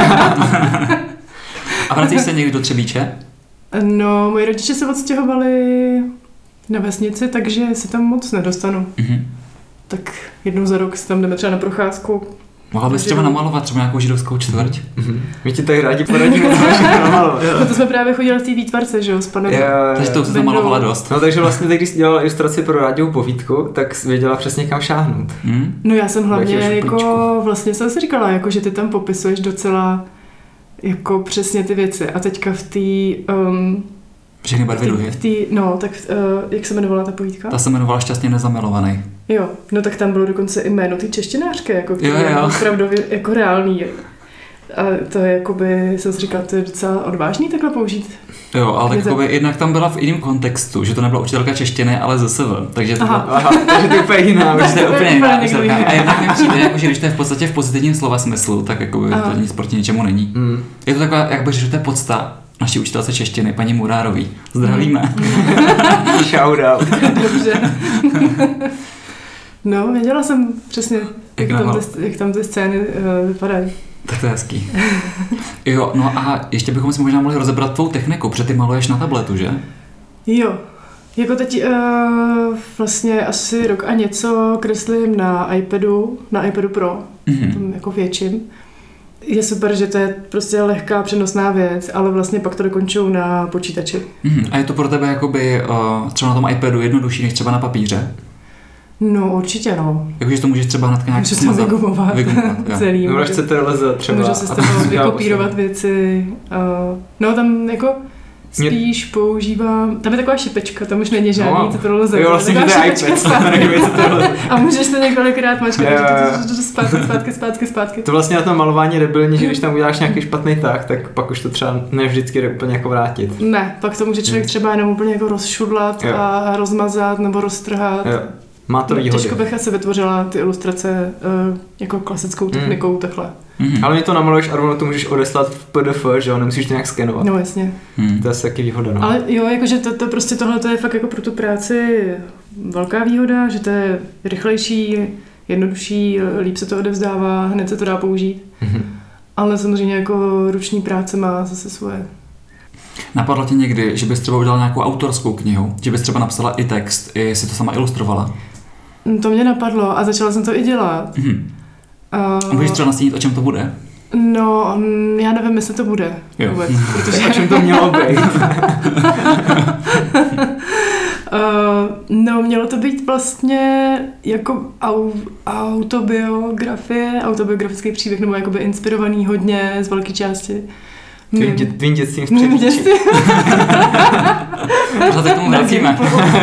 [SPEAKER 2] A vracíš se někdy do Třebíče?
[SPEAKER 1] No, moji rodiče se odstěhovali na vesnici, takže se tam moc nedostanu. Mm-hmm. Tak jednou za rok si tam jdeme třeba na procházku.
[SPEAKER 2] Mohla bys třeba namalovat třeba nějakou židovskou čtvrť?
[SPEAKER 3] Mm-hmm. My ti tady rádi poradíme, co máš namalovat.
[SPEAKER 1] No to jsme právě chodili v té výtvarce, že jo, s panem.
[SPEAKER 2] Takže to se namalovala dost.
[SPEAKER 3] No takže vlastně teď, když jsi dělala ilustraci pro rádiovou povídku, tak věděla přesně kam šáhnout.
[SPEAKER 2] Mm?
[SPEAKER 1] No já jsem hlavně jako, vlastně jsem si říkala, jako, že ty tam popisuješ docela jako přesně ty věci. A teďka v té... Um,
[SPEAKER 2] Všechny barvy duhy.
[SPEAKER 1] V tý, no, tak uh, jak se jmenovala ta povídka?
[SPEAKER 2] Ta se jmenovala Šťastně nezamilovaný.
[SPEAKER 1] Jo, no tak tam bylo dokonce i jméno té češtinářky, jako, který
[SPEAKER 2] jo, jo.
[SPEAKER 1] je opravdu jako reálný. A to je jakoby, jsem si říkala, to je docela odvážný takhle použít.
[SPEAKER 2] Jo, ale jakoby, jednak tam byla v jiném kontextu, že to nebyla učitelka češtiny, ale Z S V. Takže to
[SPEAKER 3] aha, byla... aha, takže to je úplně jiná.
[SPEAKER 2] Takže to je úplně jiná učitelka. A jednak mi přijde, jako, že když to je v podstatě v pozitivním slova smyslu, tak jakoby, to nic proti ničemu není. Mm. Je to taková, jak bych řekl, to je podsta naší učitelce češtiny, paní Murárový. Zdravíme.
[SPEAKER 3] Shout out.
[SPEAKER 1] Dobře. No, věděla jsem přesně, jak, tam ty, jak tam ty scény uh, vypadají.
[SPEAKER 2] Tak to je hezký. Jo, no a ještě bychom si možná mohli rozebrat tvou techniku, protože ty maluješ na tabletu, že?
[SPEAKER 1] Jo. Jako teď uh, vlastně asi rok a něco kreslím na iPadu, na iPadu Pro, mm-hmm. tam jako větším. Je super, že to je prostě lehká přenosná věc, ale vlastně pak to dokončuju na počítači.
[SPEAKER 2] Mm-hmm. A je to pro tebe jakoby uh, třeba na tom iPadu jednodušší než třeba na papíře?
[SPEAKER 1] No určitě no.
[SPEAKER 2] Jakože to můžeš třeba hnedka nějak
[SPEAKER 1] můžu to vygumovat, vygumovat celý.
[SPEAKER 3] No, chcete lezat třeba.
[SPEAKER 1] Můžu si s tebou vykopírovat věci. Uh, no tam jako spíš používám, tam je taková šipečka, tam už není žádný,
[SPEAKER 3] no,
[SPEAKER 1] co to lze.
[SPEAKER 3] Jo, vlastně, že to je iPad.
[SPEAKER 1] A můžeš to několikrát mačkat, zpátky, zpátky, zpátky, zpátky.
[SPEAKER 3] To vlastně na tom malování debilní, že když tam uděláš nějaký špatný tah, tak pak už to třeba ne vždycky jde úplně jako vrátit.
[SPEAKER 1] Ne, pak to může člověk třeba jenom úplně jako rozšudlat jo. a rozmazat nebo roztrhat. Jo.
[SPEAKER 3] Má to výhody.
[SPEAKER 1] Těžko bych asi vytvořila ty ilustrace uh, jako klasickou technikou mm. takhle.
[SPEAKER 3] Mm. Ale mě to namaluješ a rovnou to můžeš odeslat v P D F, že jo, nemusíš to nějak skenovat.
[SPEAKER 1] No jasně.
[SPEAKER 3] Mm. To je asi taky výhoda, no.
[SPEAKER 1] Ale jo, jakože to, to prostě tohle to je fakt jako pro tu práci velká výhoda, že to je rychlejší, jednodušší, líp se to odevzdává, hned se to dá použít. Mm. Ale samozřejmě jako ruční práce má zase svoje.
[SPEAKER 2] Napadlo tě někdy, že bys třeba udělala nějakou autorskou knihu, že bys třeba napsala i text, i si to sama ilustrovala?
[SPEAKER 1] To mě napadlo a začala jsem to i dělat.
[SPEAKER 2] Mm-hmm. Uh, Můžeš třeba nastínit, o čem to bude?
[SPEAKER 1] No, já nevím, jestli to bude
[SPEAKER 2] jo.
[SPEAKER 1] vůbec. Protože...
[SPEAKER 3] O čem to mělo být?
[SPEAKER 1] uh, no, mělo to být vlastně jako au, autobiografie, autobiografický příběh, nebo jakoby inspirovaný hodně z velké části.
[SPEAKER 3] Tvým, dě, tvým dětstvím v předvíči.
[SPEAKER 2] Pořád se k tomu vracíme.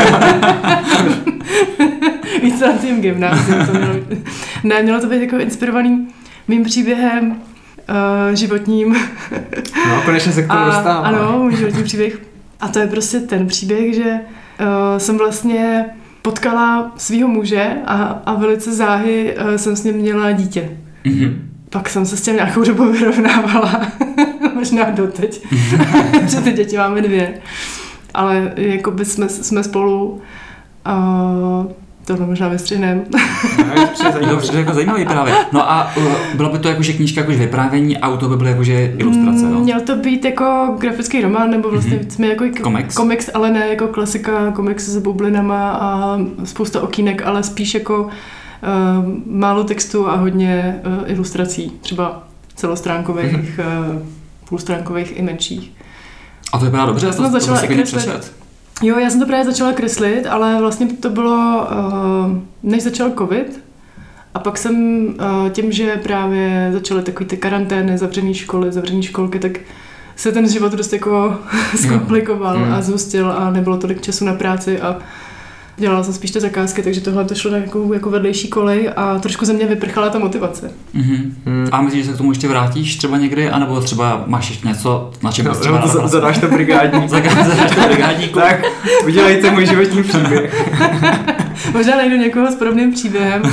[SPEAKER 1] Víc na tím gymnázium to mělo být. Ne, mělo to být jako inspirovaný mým příběhem uh, životním.
[SPEAKER 3] No, konečně se k tomu dostává.
[SPEAKER 1] Ano, můj životní příběh. A to je prostě ten příběh, že uh, jsem vlastně potkala svého muže a, a velice záhy uh, jsem s ním měla dítě.
[SPEAKER 2] Mm-hmm.
[SPEAKER 1] Pak jsem se s tím nějakou dobu vyrovnávala. Možná doteď. Že ty děti máme dvě. Ale jakoby jsme, jsme spolu uh, tohle možná vystřihnem.
[SPEAKER 2] No, to je jako zajímavý právě. No a uh, bylo by to jakože knížka jakože vyprávění a to by bylo jakože ilustrace, no?
[SPEAKER 1] Měl to být jako grafický román, nebo vlastně mm-hmm. jako
[SPEAKER 2] komiks.
[SPEAKER 1] komiks, ale ne jako klasika, komiks s bublinama a spousta okýnek, ale spíš jako uh, málo textu a hodně uh, ilustrací. Třeba celostránkových, mm-hmm. uh, půlstránkových i menších.
[SPEAKER 2] A to vypadá dobře, já jsem to vlastně nepřešet.
[SPEAKER 1] Jo, já jsem to právě začala kreslit, ale vlastně to bylo, uh, než začal covid, a pak jsem uh, tím, že právě začaly takový ty karantény, zavřený školy, zavřený školky, tak se ten život dost jako zkomplikoval mm. a zhustil a nebylo tolik času na práci a dělala jsem spíš ty zakázky, takže tohle to šlo na jako, jako vedlejší kolej a trošku ze mě vyprchala ta motivace.
[SPEAKER 2] Mm-hmm. Mm. A myslíš, že se k tomu ještě vrátíš třeba někdy, anebo třeba máš ještě něco, na čem bys třeba
[SPEAKER 3] no, to zadáš to brigádník.
[SPEAKER 2] Zadáš to brigádníku.
[SPEAKER 3] Tak, udělejte můj životní příběh.
[SPEAKER 1] Možná najdu někoho s podobným příběhem.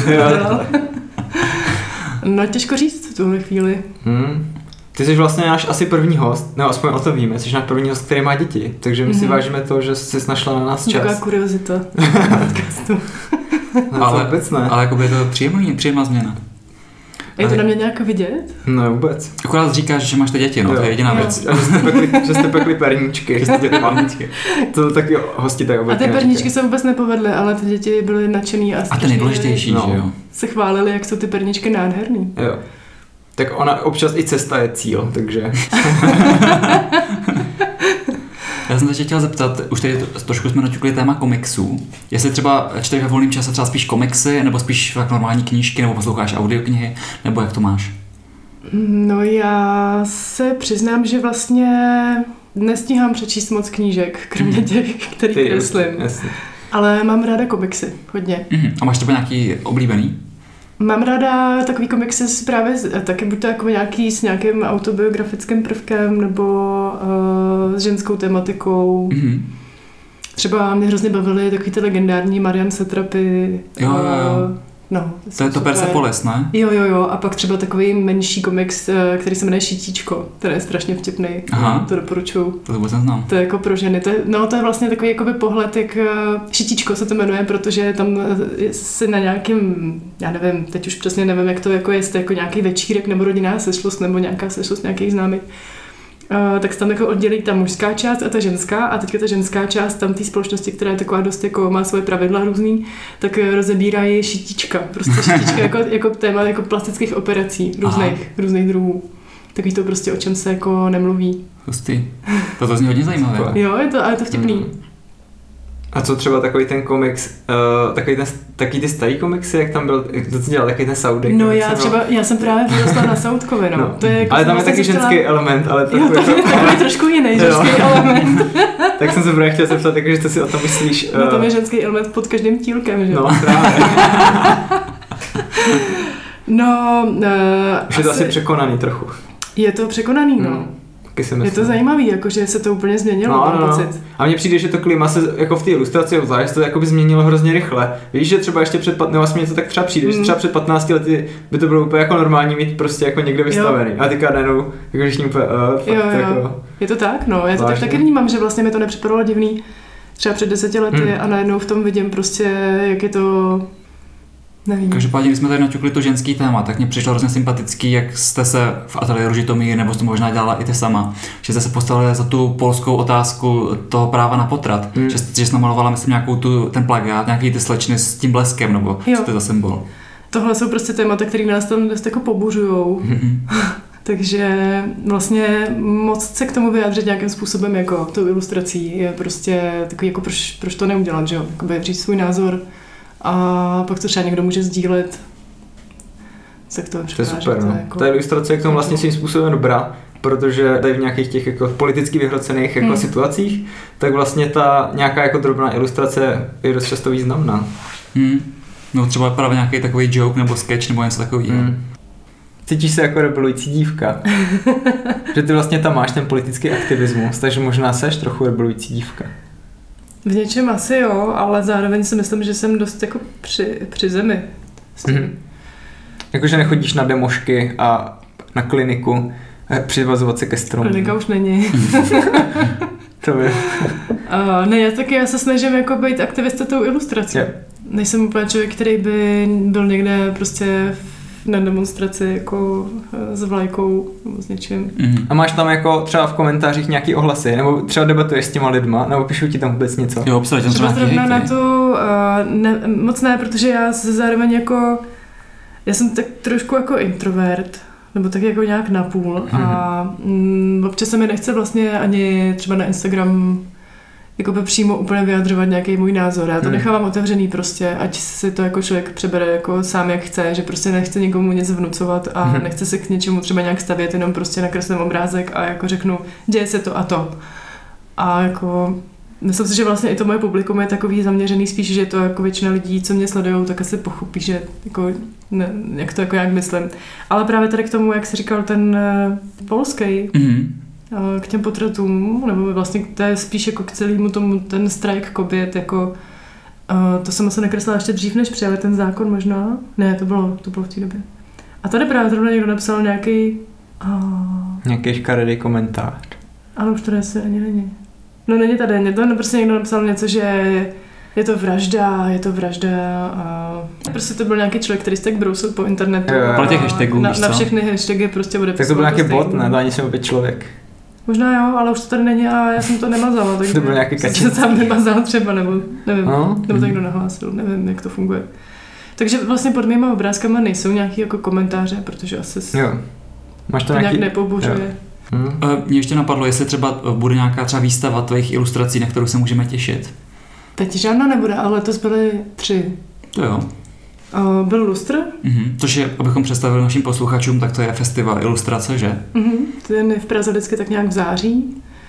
[SPEAKER 1] No těžko říct v tuhle chvíli. Hmm.
[SPEAKER 3] Ty jsi vlastně náš asi první host, no aspoň o to víme, jsi náš první host, který má děti, takže my si mm-hmm. vážíme to, že jsi našla na nás čas.
[SPEAKER 1] Taková kuriozita podcastu.
[SPEAKER 3] No, ale, vůbec ne.
[SPEAKER 2] Ale jako je to příjemný, příjemná změna.
[SPEAKER 1] Je to na mě nějak vidět?
[SPEAKER 3] No vůbec.
[SPEAKER 2] Akorát říkáš, že máš ty děti, no, jo. To je jediná jo. věc.
[SPEAKER 3] A že jste pekli, že jste pekli perníčky. Že jste pekli perníčky. To taky hosti tak obecně.
[SPEAKER 1] A ty perníčky se vůbec nepovedly, ale ty děti byly nadšený a
[SPEAKER 2] A to nejdůležitější,
[SPEAKER 3] no.
[SPEAKER 2] že jo.
[SPEAKER 1] Se chválili, jak jsou ty perníčky nádherný.
[SPEAKER 3] Jo. Tak ona občas i cesta je cíl, takže...
[SPEAKER 2] Já jsem se chtěl zeptat, už tady trošku jsme naťukli téma komiksů. Jestli třeba čteš ve volném čase třeba spíš komiksy, nebo spíš tak normální knížky, nebo posloucháš audioknihy, nebo jak to máš?
[SPEAKER 1] No já se přiznám, že vlastně nestíhám přečíst moc knížek, kromě těch, který Ty, kreslím.
[SPEAKER 3] Jasně.
[SPEAKER 1] Ale mám ráda komiksy, hodně.
[SPEAKER 2] Mm-hmm. A máš třeba nějaký oblíbený?
[SPEAKER 1] Mám ráda takový komiksy právě taky buď to jako nějaký s nějakým autobiografickým prvkem nebo uh, s ženskou tematikou. Mm-hmm. Třeba mě hrozně bavily takový ty legendární Marian Satrapy.
[SPEAKER 2] Jo, jo, jo.
[SPEAKER 1] No,
[SPEAKER 2] to je to Persepolis, ne?
[SPEAKER 1] Jo, jo, jo. A pak třeba takový menší komiks, který se jmenuje Šitíčko, který je strašně vtipný. Aha. To doporučuju.
[SPEAKER 2] To vůbec neznám.
[SPEAKER 1] To je jako pro ženy. To je, no, to je vlastně takový jakoby pohled, jak Šitíčko se to jmenuje, protože tam si na nějakým, já nevím, teď už přesně nevím, jak to jako je, jestli jako nějaký večírek nebo rodinná sešlost nebo nějaká sešlost nějakých známých. Uh, tak se tam jako oddělí ta mužská část a ta ženská a teďka ta ženská část tam té společnosti, která je taková dost jako má svoje pravidla různý, tak rozebírají šitíčka, prostě šitíčka jako, jako téma jako plastických operací různých, různých druhů. Takový to prostě, o čem se jako nemluví.
[SPEAKER 2] Hustý. To to zní hodně zajímavé.
[SPEAKER 1] Jo, je to, ale je to vtipný. Hmm.
[SPEAKER 3] A co třeba takový ten komiks, uh, takový, ten, takový ty starý komiksy, jak tam byl, jak to dělal, takový ten Soudek?
[SPEAKER 1] No já třeba, byl... já jsem právě vyrostla na Soudkovi, no. no. To je jako
[SPEAKER 3] ale tam je taky ženský chtěla... element, ale takový...
[SPEAKER 1] Jo, tam je takový trošku jiný ženský element.
[SPEAKER 3] Tak jsem se právě chtěla zeptat, takže co si o tom myslíš?
[SPEAKER 1] Uh... No tam je ženský element pod každým tílkem, že?
[SPEAKER 3] No právě.
[SPEAKER 1] no... Uh,
[SPEAKER 3] Už je to asi překonaný trochu.
[SPEAKER 1] Je to překonaný, no. Hmm. Je to zajímavý, jakože se to úplně změnilo,
[SPEAKER 3] no,
[SPEAKER 1] mám
[SPEAKER 3] no,
[SPEAKER 1] pocit.
[SPEAKER 3] A mně přijde, že to klima se jako v té ilustraci obzvlášť to jakoby změnilo hrozně rychle. Víš, že třeba ještě před, nebo vlastně to tak třeba přijde, mm. že třeba před patnácti lety by to bylo úplně jako normální mít prostě jako někde vystavený. Jo. A teďka najednou, jako když úplně, uh, fakt
[SPEAKER 1] jo, jo.
[SPEAKER 3] jako...
[SPEAKER 1] Je to tak, no, já to tak taky vnímám, že vlastně mi to nepřipadalo divný třeba před deseti lety mm. a najednou v tom vidím prostě, jak je to... Nevím.
[SPEAKER 2] Každopádně, když jsme tady naťukli to ženský téma, tak mě přišlo hrozně sympatický, jak jste se v ateliéru Žitomír, nebo jste možná dělala i ty sama, že jste se postavili za tu polskou otázku toho práva na potrat, hmm. že, že jste namalovala, myslím, nějakou tu, ten plagát, nějaký ty slečny s tím bleskem, nebo jo. Co to je za symbol.
[SPEAKER 1] Tohle jsou prostě témata, které nás tam dost jako pobuřujou. Hmm. Takže vlastně moc se k tomu vyjádřit nějakým způsobem jako tou ilustrací je prostě takový jako proč, proč to neudělat, že jo, jakoby říct svůj názor. A pak to třeba někdo může sdílet. Tak to,
[SPEAKER 3] to je super, no. Jako... Ta ilustrace je k tomu vlastně svým způsobem dobrá, protože tady v nějakých těch jako politicky vyhrocených jako hmm. situacích, tak vlastně ta nějaká jako drobná ilustrace je dost často významná.
[SPEAKER 2] Hmm. No třeba právě nějaký takový joke nebo sketch nebo něco takového. Hmm.
[SPEAKER 3] Cítíš se jako rebolující dívka. Že ty vlastně tam máš ten politický aktivismus, takže možná seš trochu rebolující dívka.
[SPEAKER 1] V něčem asi jo, ale zároveň si myslím, že jsem dost jako při, při zemi.
[SPEAKER 3] Mm-hmm. Jakože nechodíš na demošky a na kliniku přivazovat se ke stromu.
[SPEAKER 1] Klinika už není.
[SPEAKER 3] To je.
[SPEAKER 1] Uh, ne, já taky já se snažím jako být aktivista tou ilustrací. Yeah. Nejsem úplně člověk, který by byl někde prostě na demonstraci jako s vlajkou nebo s něčím.
[SPEAKER 3] Mm-hmm. A máš tam jako třeba v komentářích nějaký ohlasy, nebo třeba debatuješ s těma lidma, nebo píšou ti tam vůbec něco?
[SPEAKER 2] Jo, obsadě tam třeba
[SPEAKER 1] zrovna na to uh, ne, moc ne, protože já zároveň jako já jsem tak trošku jako introvert, nebo tak jako nějak napůl mm-hmm. a mm, občas se mi nechce vlastně ani třeba na Instagram jako by přímo úplně vyjadřovat nějaký můj názor. Já to hmm. nechávám otevřený prostě, ať si to jako člověk přebere jako sám jak chce, že prostě nechce nikomu nic vnucovat a hmm. nechce se k něčemu třeba nějak stavět, jenom prostě nakreslím obrázek a jako řeknu, děje se to a to. A jako myslím si, že vlastně i to moje publikum je takový zaměřený spíš, že to jako většina lidí, co mě sledujou, tak asi pochopí, že jako, ne, jak to jako jak myslím. Ale právě tady k tomu, jak jsi říkal, ten uh, polský, hmm. k těm potratům, nebo vlastně to je spíš jako k celému tomu ten strajk kobiet, jako uh, to jsem asi nakreslila ještě dřív, než přijali ten zákon možná. Ne, to bylo, to bylo v té době. A tady právě zrovna někdo napsal nějaký uh,
[SPEAKER 3] nějaký škaredý komentář.
[SPEAKER 1] Ale už to asi ani není. No není tady, mě to prostě někdo napsal něco, že je to vražda, je to vražda a prostě to byl nějaký člověk, který se tak brousil po internetu.
[SPEAKER 2] Jo, jo. těch hashtagů,
[SPEAKER 1] na, na všechny hashtagy prostě bude.
[SPEAKER 3] Tak to byl nějaký bot, ne? To ani jsem opět člověk.
[SPEAKER 1] Možná jo, ale už to tady není a já jsem to nemazala, takže
[SPEAKER 3] to byl nějaký
[SPEAKER 1] jsem sám nemazal třeba, nebo nevím, no? nebo to někdo nahlásil, nevím, jak to funguje. Takže vlastně pod mýma obrázkama nejsou nějaký jako komentáře, protože asi
[SPEAKER 3] jo. Máš to,
[SPEAKER 1] to
[SPEAKER 3] nějaký...
[SPEAKER 1] nějak nepobuřuje.
[SPEAKER 2] Hmm. Mně ještě napadlo, jestli třeba bude nějaká třeba výstava tvých ilustrací, na kterou se můžeme těšit.
[SPEAKER 1] Teď žádná nebude, ale letos byly tři.
[SPEAKER 2] To jo.
[SPEAKER 1] Uh, byl lustr.
[SPEAKER 2] Mm-hmm. Což je, abychom představili našim posluchačům, tak to je festival ilustrace, že?
[SPEAKER 1] Mm-hmm. Ten je v Praze vždycky tak nějak v září.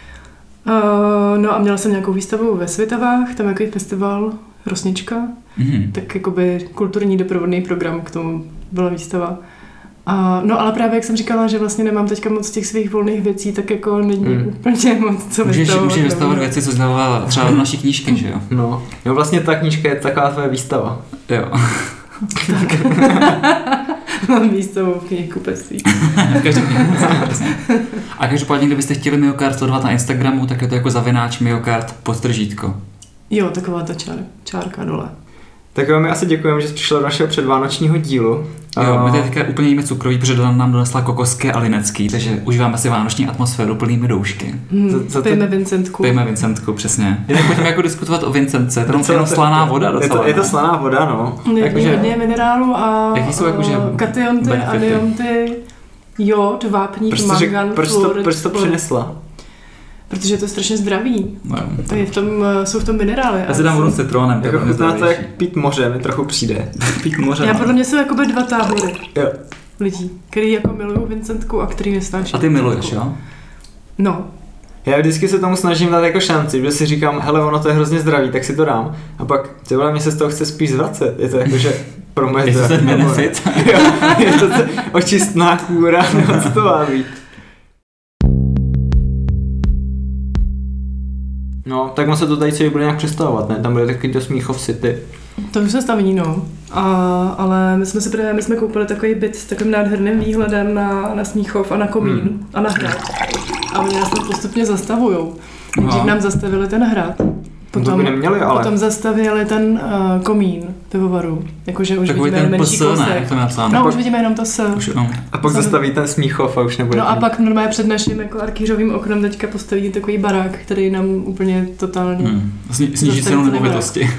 [SPEAKER 1] Uh, no a měla jsem nějakou výstavu ve Svitavách, tam jaký festival Rosnička. Mm-hmm. Tak jakoby kulturní doprovodný program, k tomu byla výstava. Uh, no ale právě jak jsem říkala, že vlastně nemám teďka moc těch svých volných věcí, tak jako není mm. úplně moc co vystavovat.
[SPEAKER 2] Můžeš vystavovat věci, co znala třeba do naší knížky, že jo?
[SPEAKER 3] No, jo, vlastně ta knížka je taková tvoje výstava.
[SPEAKER 2] Jo.
[SPEAKER 1] Tak. Mám místo v knihkupectví.
[SPEAKER 2] V každém knihkupectví, a každopádně, kdybyste chtěli Myokard sledovat na Instagramu, tak je to jako zavináč Myokard podtržítko.
[SPEAKER 1] Jo, taková ta čár, čárka dole.
[SPEAKER 3] Tak jo, my asi děkujeme, že jsi přišla do našeho předvánočního dílu.
[SPEAKER 2] Jo, my tady teďka úplně jíme cukroví, protože nám donesla kokosky a linecký, takže užíváme si vánoční atmosféru plnými doušky.
[SPEAKER 1] Hmm, pijeme Vincentku.
[SPEAKER 2] Pijeme Vincentku, přesně. Jinak pojďme jako diskutovat o Vincentce, to je jenom slaná voda docela.
[SPEAKER 3] Je to, je to slaná voda, no.
[SPEAKER 1] Je jako, hodně minerálu a
[SPEAKER 2] jaký jsou jakože
[SPEAKER 1] kationty, anionty, jod, vápník, mangan,
[SPEAKER 3] proč
[SPEAKER 1] fluor.
[SPEAKER 3] Proč to přinesla?
[SPEAKER 2] Protože
[SPEAKER 1] je to strašně zdravý.
[SPEAKER 2] No.
[SPEAKER 1] To je v tom, jsou v tom minerály.
[SPEAKER 2] Já si dám vodu s citronem.
[SPEAKER 3] Jako chutná to, jak pít moře, mi trochu přijde.
[SPEAKER 2] Pít moře.
[SPEAKER 1] Já podle mě jsou jakoby dva tábory.
[SPEAKER 3] Jo.
[SPEAKER 1] Lidí, který jako milují Vincentku a který nesnáší.
[SPEAKER 2] A ty miluješ, jo?
[SPEAKER 1] No.
[SPEAKER 3] Já vždycky se tomu snažím dát jako šanci, že si říkám, hele, ono to je hrozně zdravý, tak si to dám. A pak, ty vole, mě se z toho chce spíš zvracet. Je to jako, že pro moje
[SPEAKER 2] je to ten benefit.
[SPEAKER 3] Jo, je to ten očistná kůra, nebo co to má být. No, tak on se to tady celý bude nějak představovat, ne? Tam bude takový to Smíchov City.
[SPEAKER 1] To už se staví, no. A, ale my jsme si právě, my jsme koupili takový byt s takovým nádherným výhledem na, na Smíchov a na Komín hmm. a na hrad. A oni nás tam postupně zastavujou. Dřív nám zastavili ten hrad. Potom,
[SPEAKER 3] by neměli, ale...
[SPEAKER 1] potom zastavili ten uh, Komín pivovaru. Jakože už
[SPEAKER 2] takový
[SPEAKER 1] vidíme menší
[SPEAKER 2] psl,
[SPEAKER 1] kousek.
[SPEAKER 2] Ne, to napsáno.
[SPEAKER 1] No,
[SPEAKER 2] pak...
[SPEAKER 1] už vidíme jenom to S.
[SPEAKER 2] Už, no.
[SPEAKER 3] A pak Zam... zastaví ten Smíchov a už nebude.
[SPEAKER 1] No a pak normálně před naším jako arkýřovým oknem teďka postaví takový barák, který nám úplně totálně...
[SPEAKER 2] Hmm. Sni- sníží cenu nemovitosti.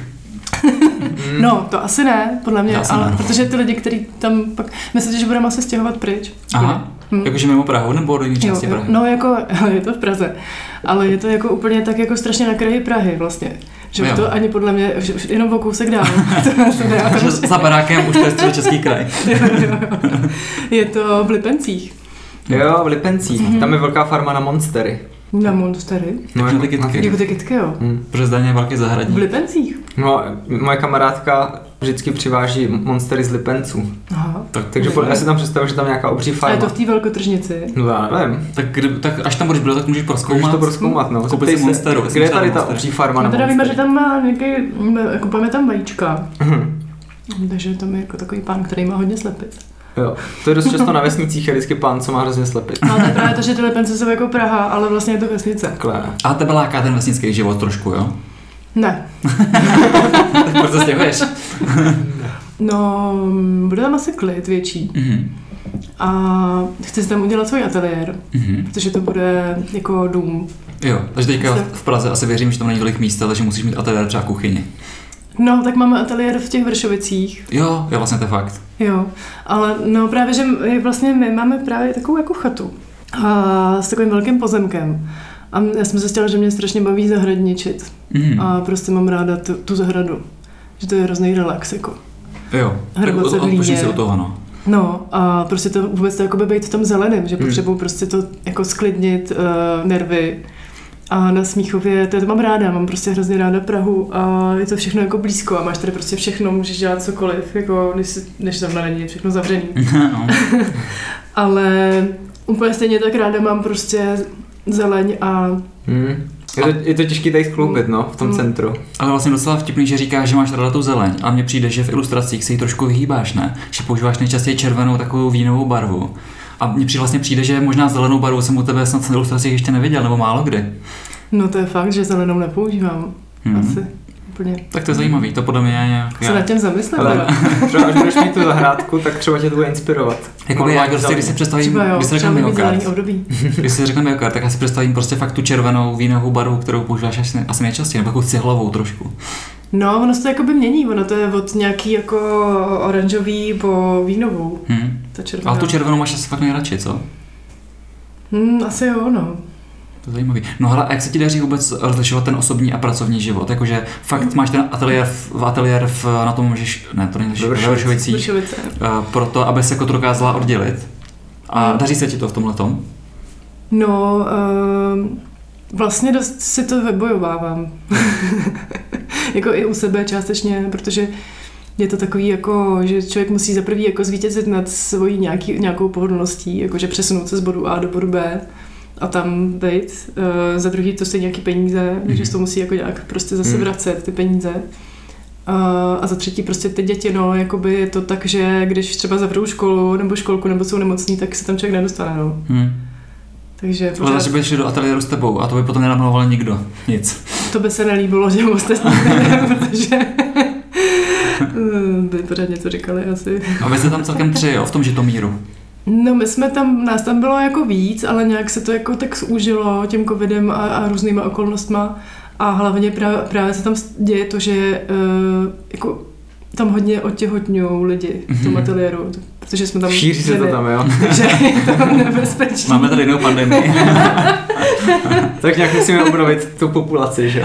[SPEAKER 1] No, to asi ne, podle mě,
[SPEAKER 2] asi
[SPEAKER 1] ale
[SPEAKER 2] ne.
[SPEAKER 1] protože ty lidi, kteří tam pak... Myslíte, že budeme asi stěhovat pryč?
[SPEAKER 2] Aha, hm. Jakože mimo Prahu nebo do jiné části Prahy?
[SPEAKER 1] No jako, je to v Praze, ale je to jako úplně tak jako strašně na kraji Prahy vlastně. Že už to ani podle mě, jenom o kousek dál.
[SPEAKER 2] Za barákem už to je Středočeský kraj.
[SPEAKER 1] jo, jo, jo. Je to v Lipencích.
[SPEAKER 3] Jo, v Lipencích. Mm-hmm. Tam je velká farma na monstery.
[SPEAKER 1] Na monstery?
[SPEAKER 2] No, jako ty kytky.
[SPEAKER 1] Jako ty kytky, jo.
[SPEAKER 3] Hmm.
[SPEAKER 2] Protože zdaně je velký zahradník.
[SPEAKER 1] V Lipencích?
[SPEAKER 3] No, moje kamarádka vždycky přiváží monstery z Lipenců.
[SPEAKER 1] Aha.
[SPEAKER 3] Tak, takže po, já si tam představuji, že tam nějaká obří farma.
[SPEAKER 1] A je to v té velkotržnici?
[SPEAKER 3] No já nevím.
[SPEAKER 2] Tak, kdy, tak až tam budeš byl, tak můžeš prozkoumat.
[SPEAKER 3] Můžeš to prozkoumat, no.
[SPEAKER 2] Koupit si monsteru.
[SPEAKER 3] Kde je tady ta obří farma
[SPEAKER 1] no,
[SPEAKER 3] na
[SPEAKER 1] teda
[SPEAKER 3] monstery?
[SPEAKER 1] víme, že tam má nějaký, kupujeme tam vajíčka.
[SPEAKER 3] Mhm.
[SPEAKER 1] Takže tam je jako takový pán, který má hodně slepic.
[SPEAKER 3] Jo, to je dost často na vesnicích, je vždycky pán, co má hrozně slepic.
[SPEAKER 1] No to je právě to, že ty Lipence jsou jako Praha, ale vlastně je to vesnice.
[SPEAKER 3] Takhle.
[SPEAKER 2] A tebe láká ten vesnický život trošku, jo?
[SPEAKER 1] Ne.
[SPEAKER 2] Tak proč se stěhuješ?
[SPEAKER 1] No, bude tam asi klid větší.
[SPEAKER 2] Mm-hmm.
[SPEAKER 1] A chci si tam udělat svůj ateliér,
[SPEAKER 2] mm-hmm.
[SPEAKER 1] protože to bude jako dům.
[SPEAKER 2] Jo, takže teďka v Praze asi věřím, že tam není tolik místa, takže musíš mít ateliér třeba kuchyni.
[SPEAKER 1] No, tak máme ateliér v těch Vršovicích.
[SPEAKER 2] Jo, jo, vlastně to je fakt.
[SPEAKER 1] Jo, ale no právě, že vlastně my máme právě takovou jako chatu a s takovým velkým pozemkem. A já jsem zjistila, že mě strašně baví zahradničit. Mm. A prostě mám ráda tu, tu zahradu. Že to je hrozný relax, jako.
[SPEAKER 2] Jo,
[SPEAKER 1] hrabat se v líně.
[SPEAKER 2] si u toho, no.
[SPEAKER 1] No a prostě to vůbec to jakoby být v tom zeleném, že mm. potřebuji prostě to jako sklidnit uh, nervy. A na Smíchově, to, to mám ráda, mám prostě hrozně ráda Prahu a je to všechno jako blízko a máš tady prostě všechno, můžeš dělat cokoliv, jako než, než zrovna není všechno zavřený. No. Ale úplně stejně tak ráda mám prostě zeleň a...
[SPEAKER 3] Mm. Je to, je to těžký tady skloubit, no, v tom mm. centru.
[SPEAKER 2] Ale vlastně docela vtipný, že říkáš, že máš ráda tu zeleň, a mně přijde, že v ilustracích se jí trošku vyhýbáš, ne? Že používáš nejčastěji červenou takovou vínovou barvu. A mně vlastně přijde, že možná zelenou barvu jsem u tebe snad v ilustracích ještě neviděl, nebo málo kdy.
[SPEAKER 1] No to je fakt, že zelenou nepoužívám. Hmm. Asi. Úplně.
[SPEAKER 2] Tak to je zajímavý, to podle mě je nějak...
[SPEAKER 1] Se nad tím zamyslet, ale
[SPEAKER 3] třeba až budeš mít tu zahrádku, tak třeba tě to bude inspirovat.
[SPEAKER 2] Jakoby já prostě, když si představím,
[SPEAKER 1] jo,
[SPEAKER 2] když si řekne Myokard,
[SPEAKER 1] když
[SPEAKER 2] si řekne Myokard, tak já si představím prostě fakt tu červenou vínovou barvu, kterou používáš asi, asi nejčastěji, nebo takovou cihlovou trošku.
[SPEAKER 1] No, ono se to jakoby mění, ono to je od nějaký jako oranžový po vínovou.
[SPEAKER 2] Hmm.
[SPEAKER 1] Ta červená.
[SPEAKER 2] Ale tu červenou máš asi fakt nejradši, co?
[SPEAKER 1] Hmm, asi jo, no.
[SPEAKER 2] To je zajímavý. No ale a jak se ti daří vůbec rozlišovat ten osobní a pracovní život? Jakože fakt mm. máš ten ateliér, v, ateliér v, na tom, že ne, to není ve Vršovicích, uh, proto, aby se jako to dokázala oddělit. A mm. daří se ti to v tomhletom?
[SPEAKER 1] No, uh, vlastně dost si to vybojovávám. Jako i u sebe částečně, protože je to takový jako, že člověk musí za prvý jako zvítězit nad svojí nějaký, nějakou pohodlností, jakože přesunout se z bodu A do bodu B a tam být. Uh, za druhý to stojí nějaký peníze, mm-hmm. že to musí jako nějak prostě zase vracet ty peníze. A, a za třetí prostě ty děti, no, jakoby je to tak, že když třeba zavřou školu nebo školku nebo jsou nemocní, tak se tam člověk nedostane, no. Hmm. Takže
[SPEAKER 2] pořád... Ale že by šli do ateliéru s tebou a to by potom nenamaloval nikdo, nic.
[SPEAKER 1] To by se nelíbilo těm ostatním, protože by pořád něco říkali asi.
[SPEAKER 2] A vy jste tam celkem tři, jo, v tom Žitomíru.
[SPEAKER 1] No my jsme tam, nás tam bylo jako víc, ale nějak se to jako tak zúžilo tím covidem a, a různýma okolnostma a hlavně právě, právě se tam děje to, že uh, jako tam hodně otěhotňují lidi v tom ateliéru, protože jsme tam...
[SPEAKER 3] Šíří se to tam, jo.
[SPEAKER 1] Takže je to nebezpečné.
[SPEAKER 2] Máme tady jinou pandemii.
[SPEAKER 3] Tak nějak musíme obnovit tu populaci, že?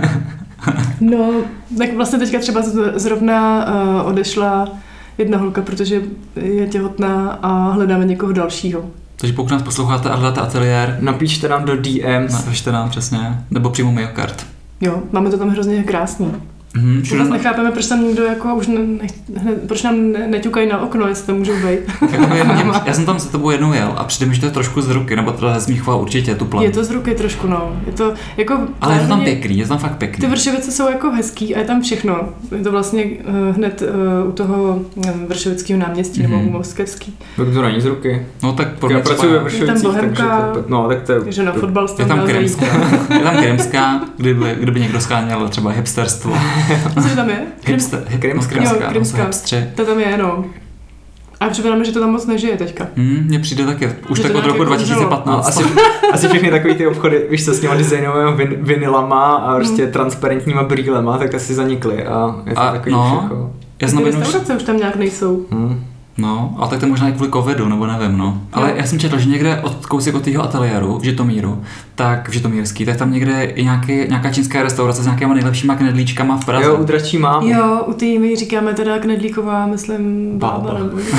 [SPEAKER 1] No, tak vlastně teďka třeba zrovna uh, odešla jedna holka, protože je těhotná a hledáme někoho dalšího.
[SPEAKER 2] Takže pokud nás posloucháte a hledáte ateliér,
[SPEAKER 3] napíšte nám do D Ms.
[SPEAKER 2] Napište nám přesně, nebo přímo Myokart.
[SPEAKER 1] Jo, máme to tam hrozně krásný.
[SPEAKER 2] Mm,
[SPEAKER 1] vůbec nechápeme, proč tam někdo jako už ne, ne, proč nám ne, neťukají na okno, jestli tam můžou být.
[SPEAKER 2] Já jsem tam se tebou jednou jel a přijde mi, že to je trošku z ruky, nebo teda z Mnichova určitě tu plan.
[SPEAKER 1] Je to z ruky trošku, no. Je to jako...
[SPEAKER 2] Ale je to tam pěkný, je to tam fakt pěkný.
[SPEAKER 1] Ty Vršovice jsou jako hezký a je tam všechno. Je to vlastně uh, hned uh, u toho uh, Vršovického náměstí mm-hmm. nebo u Moskevský.
[SPEAKER 3] Tak to není z ruky.
[SPEAKER 2] No tak pro
[SPEAKER 3] Já pracuji ve Vršovicích,
[SPEAKER 1] je tam Bohemka,
[SPEAKER 3] takže to, no, tak to je...
[SPEAKER 1] Takže na fotbal
[SPEAKER 2] je tam Krymská, je tam Krymská, kdyby, kdyby někdo scháněl třeba hipsterstvo.
[SPEAKER 1] Co tam je?
[SPEAKER 2] Hipster, hip,
[SPEAKER 3] Krymská.
[SPEAKER 1] Jo, Krymská. To tam je, no. A připadá mi, že to tam moc nežije teďka.
[SPEAKER 2] Hmm, mně přijde taky, už tak od roku dva tisíce patnáct.
[SPEAKER 3] No, asi, asi všechny takový ty obchody, víš co, s těma designovými vin, vinylama a prostě hmm. transparentníma brýlema, tak asi zanikly a je to a, takový
[SPEAKER 2] no,
[SPEAKER 3] všechno.
[SPEAKER 1] Já znamená, ty restaurace už tam nějak nejsou.
[SPEAKER 2] Hmm. No, ale tak to možná i kvůli covidu, nebo nevím, no. Ale jo. Já jsem četl, že někde od kousek od tého ateliéru v Žitomíru, tak v Žitomírský, tak tam někde je nějaký, nějaká čínská restaurace s nějakýma nejlepšíma knedlíčkama v Praze.
[SPEAKER 3] Jo, u Dračí mámy.
[SPEAKER 1] Jo, u té my říkáme teda knedlíková, myslím, bába.
[SPEAKER 3] bába.
[SPEAKER 1] Nebo...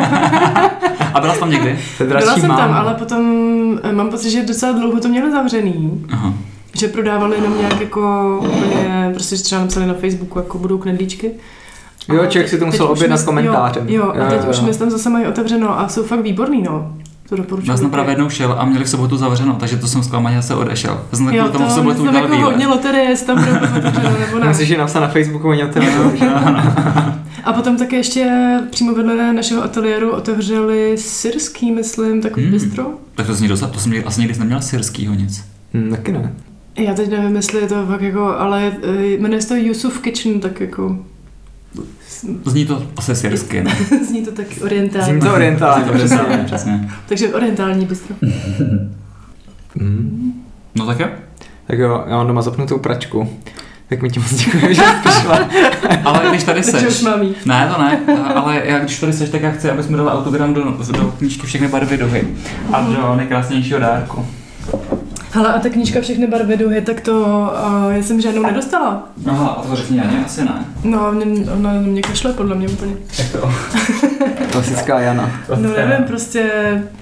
[SPEAKER 2] A byla jsi tam někdy?
[SPEAKER 1] Byla jsem tam, ale potom mám pocit, že docela dlouho to měli zavřený. Aha. Že prodávali jenom nějak jako úplně, prostě třeba napsali na Facebooku, jako budou knedlíčky.
[SPEAKER 3] Jo, člověk si to musel objednat s komentářem.
[SPEAKER 1] Jo, jo, a teď jo, už my tam zase mají otevřeno a jsou fakt výborný, no. To doporučuji.
[SPEAKER 2] Já jsem právě jednou šel a měli v sobotu zavřeno, takže to jsem zklamaně zase odešel. Já jsem
[SPEAKER 1] jo, to,
[SPEAKER 2] v sobotu
[SPEAKER 1] udělal jako hodně loterie, jestli tam budou otevřeno nebo ne.
[SPEAKER 3] Myslíš, že napsat na Facebooku oni otevřeno.
[SPEAKER 1] A potom také ještě přímo vedle našeho ateliéru otevřeli syrský, myslím, takový hmm. bistro.
[SPEAKER 2] Tak to, to, to jsem asi nikdy neměl syrskýho nic.
[SPEAKER 3] Hmm, taky ne.
[SPEAKER 1] Já teď nevím, jestli je to fakt jako, ale jmenuje se to Yusuf Kitchen, tak jako...
[SPEAKER 2] Zní to asi syrsky, ne?
[SPEAKER 1] Zní to taky orientálně.
[SPEAKER 3] Zní to orientálně,
[SPEAKER 2] přesně, přesně.
[SPEAKER 1] Takže orientální bistro.
[SPEAKER 2] Mm. No tak jo.
[SPEAKER 3] Tak jo, já mám doma zapnutou pračku. Tak mi ti moc děkuji, že jsi přišla.
[SPEAKER 2] Ale když tady seš...
[SPEAKER 1] už mám jít.
[SPEAKER 2] Ne, to ne, ale já, když tady seš, tak já chci, abys mi dala autogram do, do knížky Všechny barvy duhy a do nejkrásnějšího dárku.
[SPEAKER 1] Hele, a ta knížka Všechny barvy duhy, tak to uh, já jsem žádnou nedostala.
[SPEAKER 2] Aha, a to řekni Janě, asi ne.
[SPEAKER 1] No, mě, ona mě kašle podle mě úplně.
[SPEAKER 2] Jak to?
[SPEAKER 3] Klasická Jana.
[SPEAKER 1] No nevím, prostě...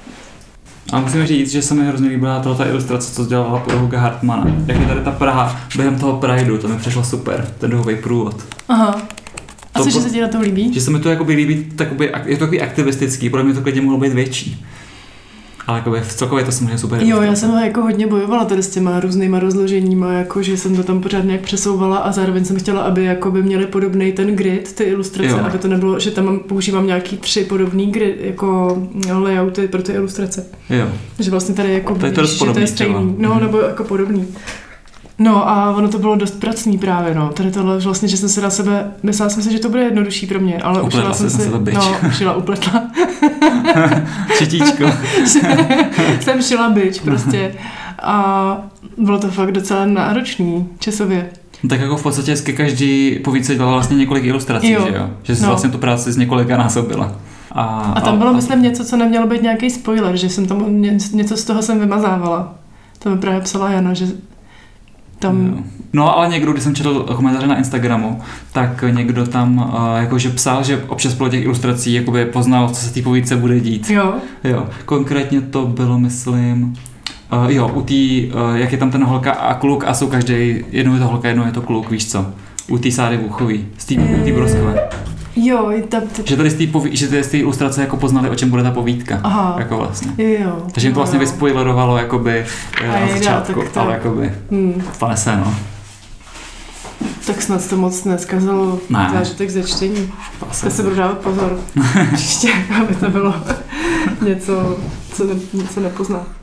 [SPEAKER 2] A musím říct, že se mi hrozně líbila ta ilustrace, co dělala pro Huga Hartmana. Jak je tady ta Praha během toho Prideu, to mi přišlo super, ten duhový průvod.
[SPEAKER 1] Aha. A co, že se ti na to líbí?
[SPEAKER 2] Že se mi to jakoby líbí, takoby, je to takový aktivistický, podle mě to klidně mohlo být větší. Ale jakoby v celkově to samozřejmě super.
[SPEAKER 1] Jo, já jsem jako hodně bojovala tady s těma různýma rozloženíma, jako že jsem to tam pořád nějak přesouvala a zároveň jsem chtěla, aby jakoby měli podobný ten grid, ty ilustrace, jo. Aby to nebylo, že tam používám nějaký tři podobný grid, jako layouty pro ty ilustrace.
[SPEAKER 2] Jo.
[SPEAKER 1] Že vlastně tady jako
[SPEAKER 2] to vidíš, že to je stejný,
[SPEAKER 1] no mm. nebo jako podobný. No a ono to bylo dost pracný právě, no. Tady tohle vlastně, že jsem si na sebe, myslela jsem si, že to bude jednodušší pro mě, ale
[SPEAKER 2] upletla
[SPEAKER 1] jsem si, no, šila, upletla.
[SPEAKER 2] Šitíčko.
[SPEAKER 1] Jsem šila bič prostě a bylo to fakt docela náročný časově.
[SPEAKER 2] Tak jako v podstatě ke každý povídce dělala vlastně několik ilustrací, jo. Že jo? Že jsi no. vlastně tu práci z několika násobila. A,
[SPEAKER 1] a tam bylo, a, myslím, něco, co nemělo být nějaký spoiler, že jsem tam, něco z toho jsem vymazávala. To mi právě psala Jana, že tam...
[SPEAKER 2] No ale někdo, když jsem četl komentáře na Instagramu, tak někdo tam uh, jakože psal, že občas podle těch ilustrací jakoby poznal, co se té povídce bude dít.
[SPEAKER 1] Jo.
[SPEAKER 2] Jo. Konkrétně to bylo, myslím, uh, jo, u tý, uh, jak je tam ten holka a kluk a jsou každý, jednou je to holka, jednou je to kluk, víš co? U té Sáry Vůchový, z té mm. Broskové.
[SPEAKER 1] Jo, ta, ta...
[SPEAKER 2] Že tady z té poví... že z té ilustrace jako poznali, o čem bude ta povídka.
[SPEAKER 1] Aha.
[SPEAKER 2] Jako vlastně.
[SPEAKER 1] Jo.
[SPEAKER 2] Takže jim to vlastně vyspoilerovalo jakoby na začátku,
[SPEAKER 1] to...
[SPEAKER 2] ale jakoby hmm. stane se, no.
[SPEAKER 1] Tak snad to moc neskazilo
[SPEAKER 2] ne.
[SPEAKER 1] zážitek ze čtení. Já se budu dávat pozor příště, aby to bylo něco, co, ne, co nepozná.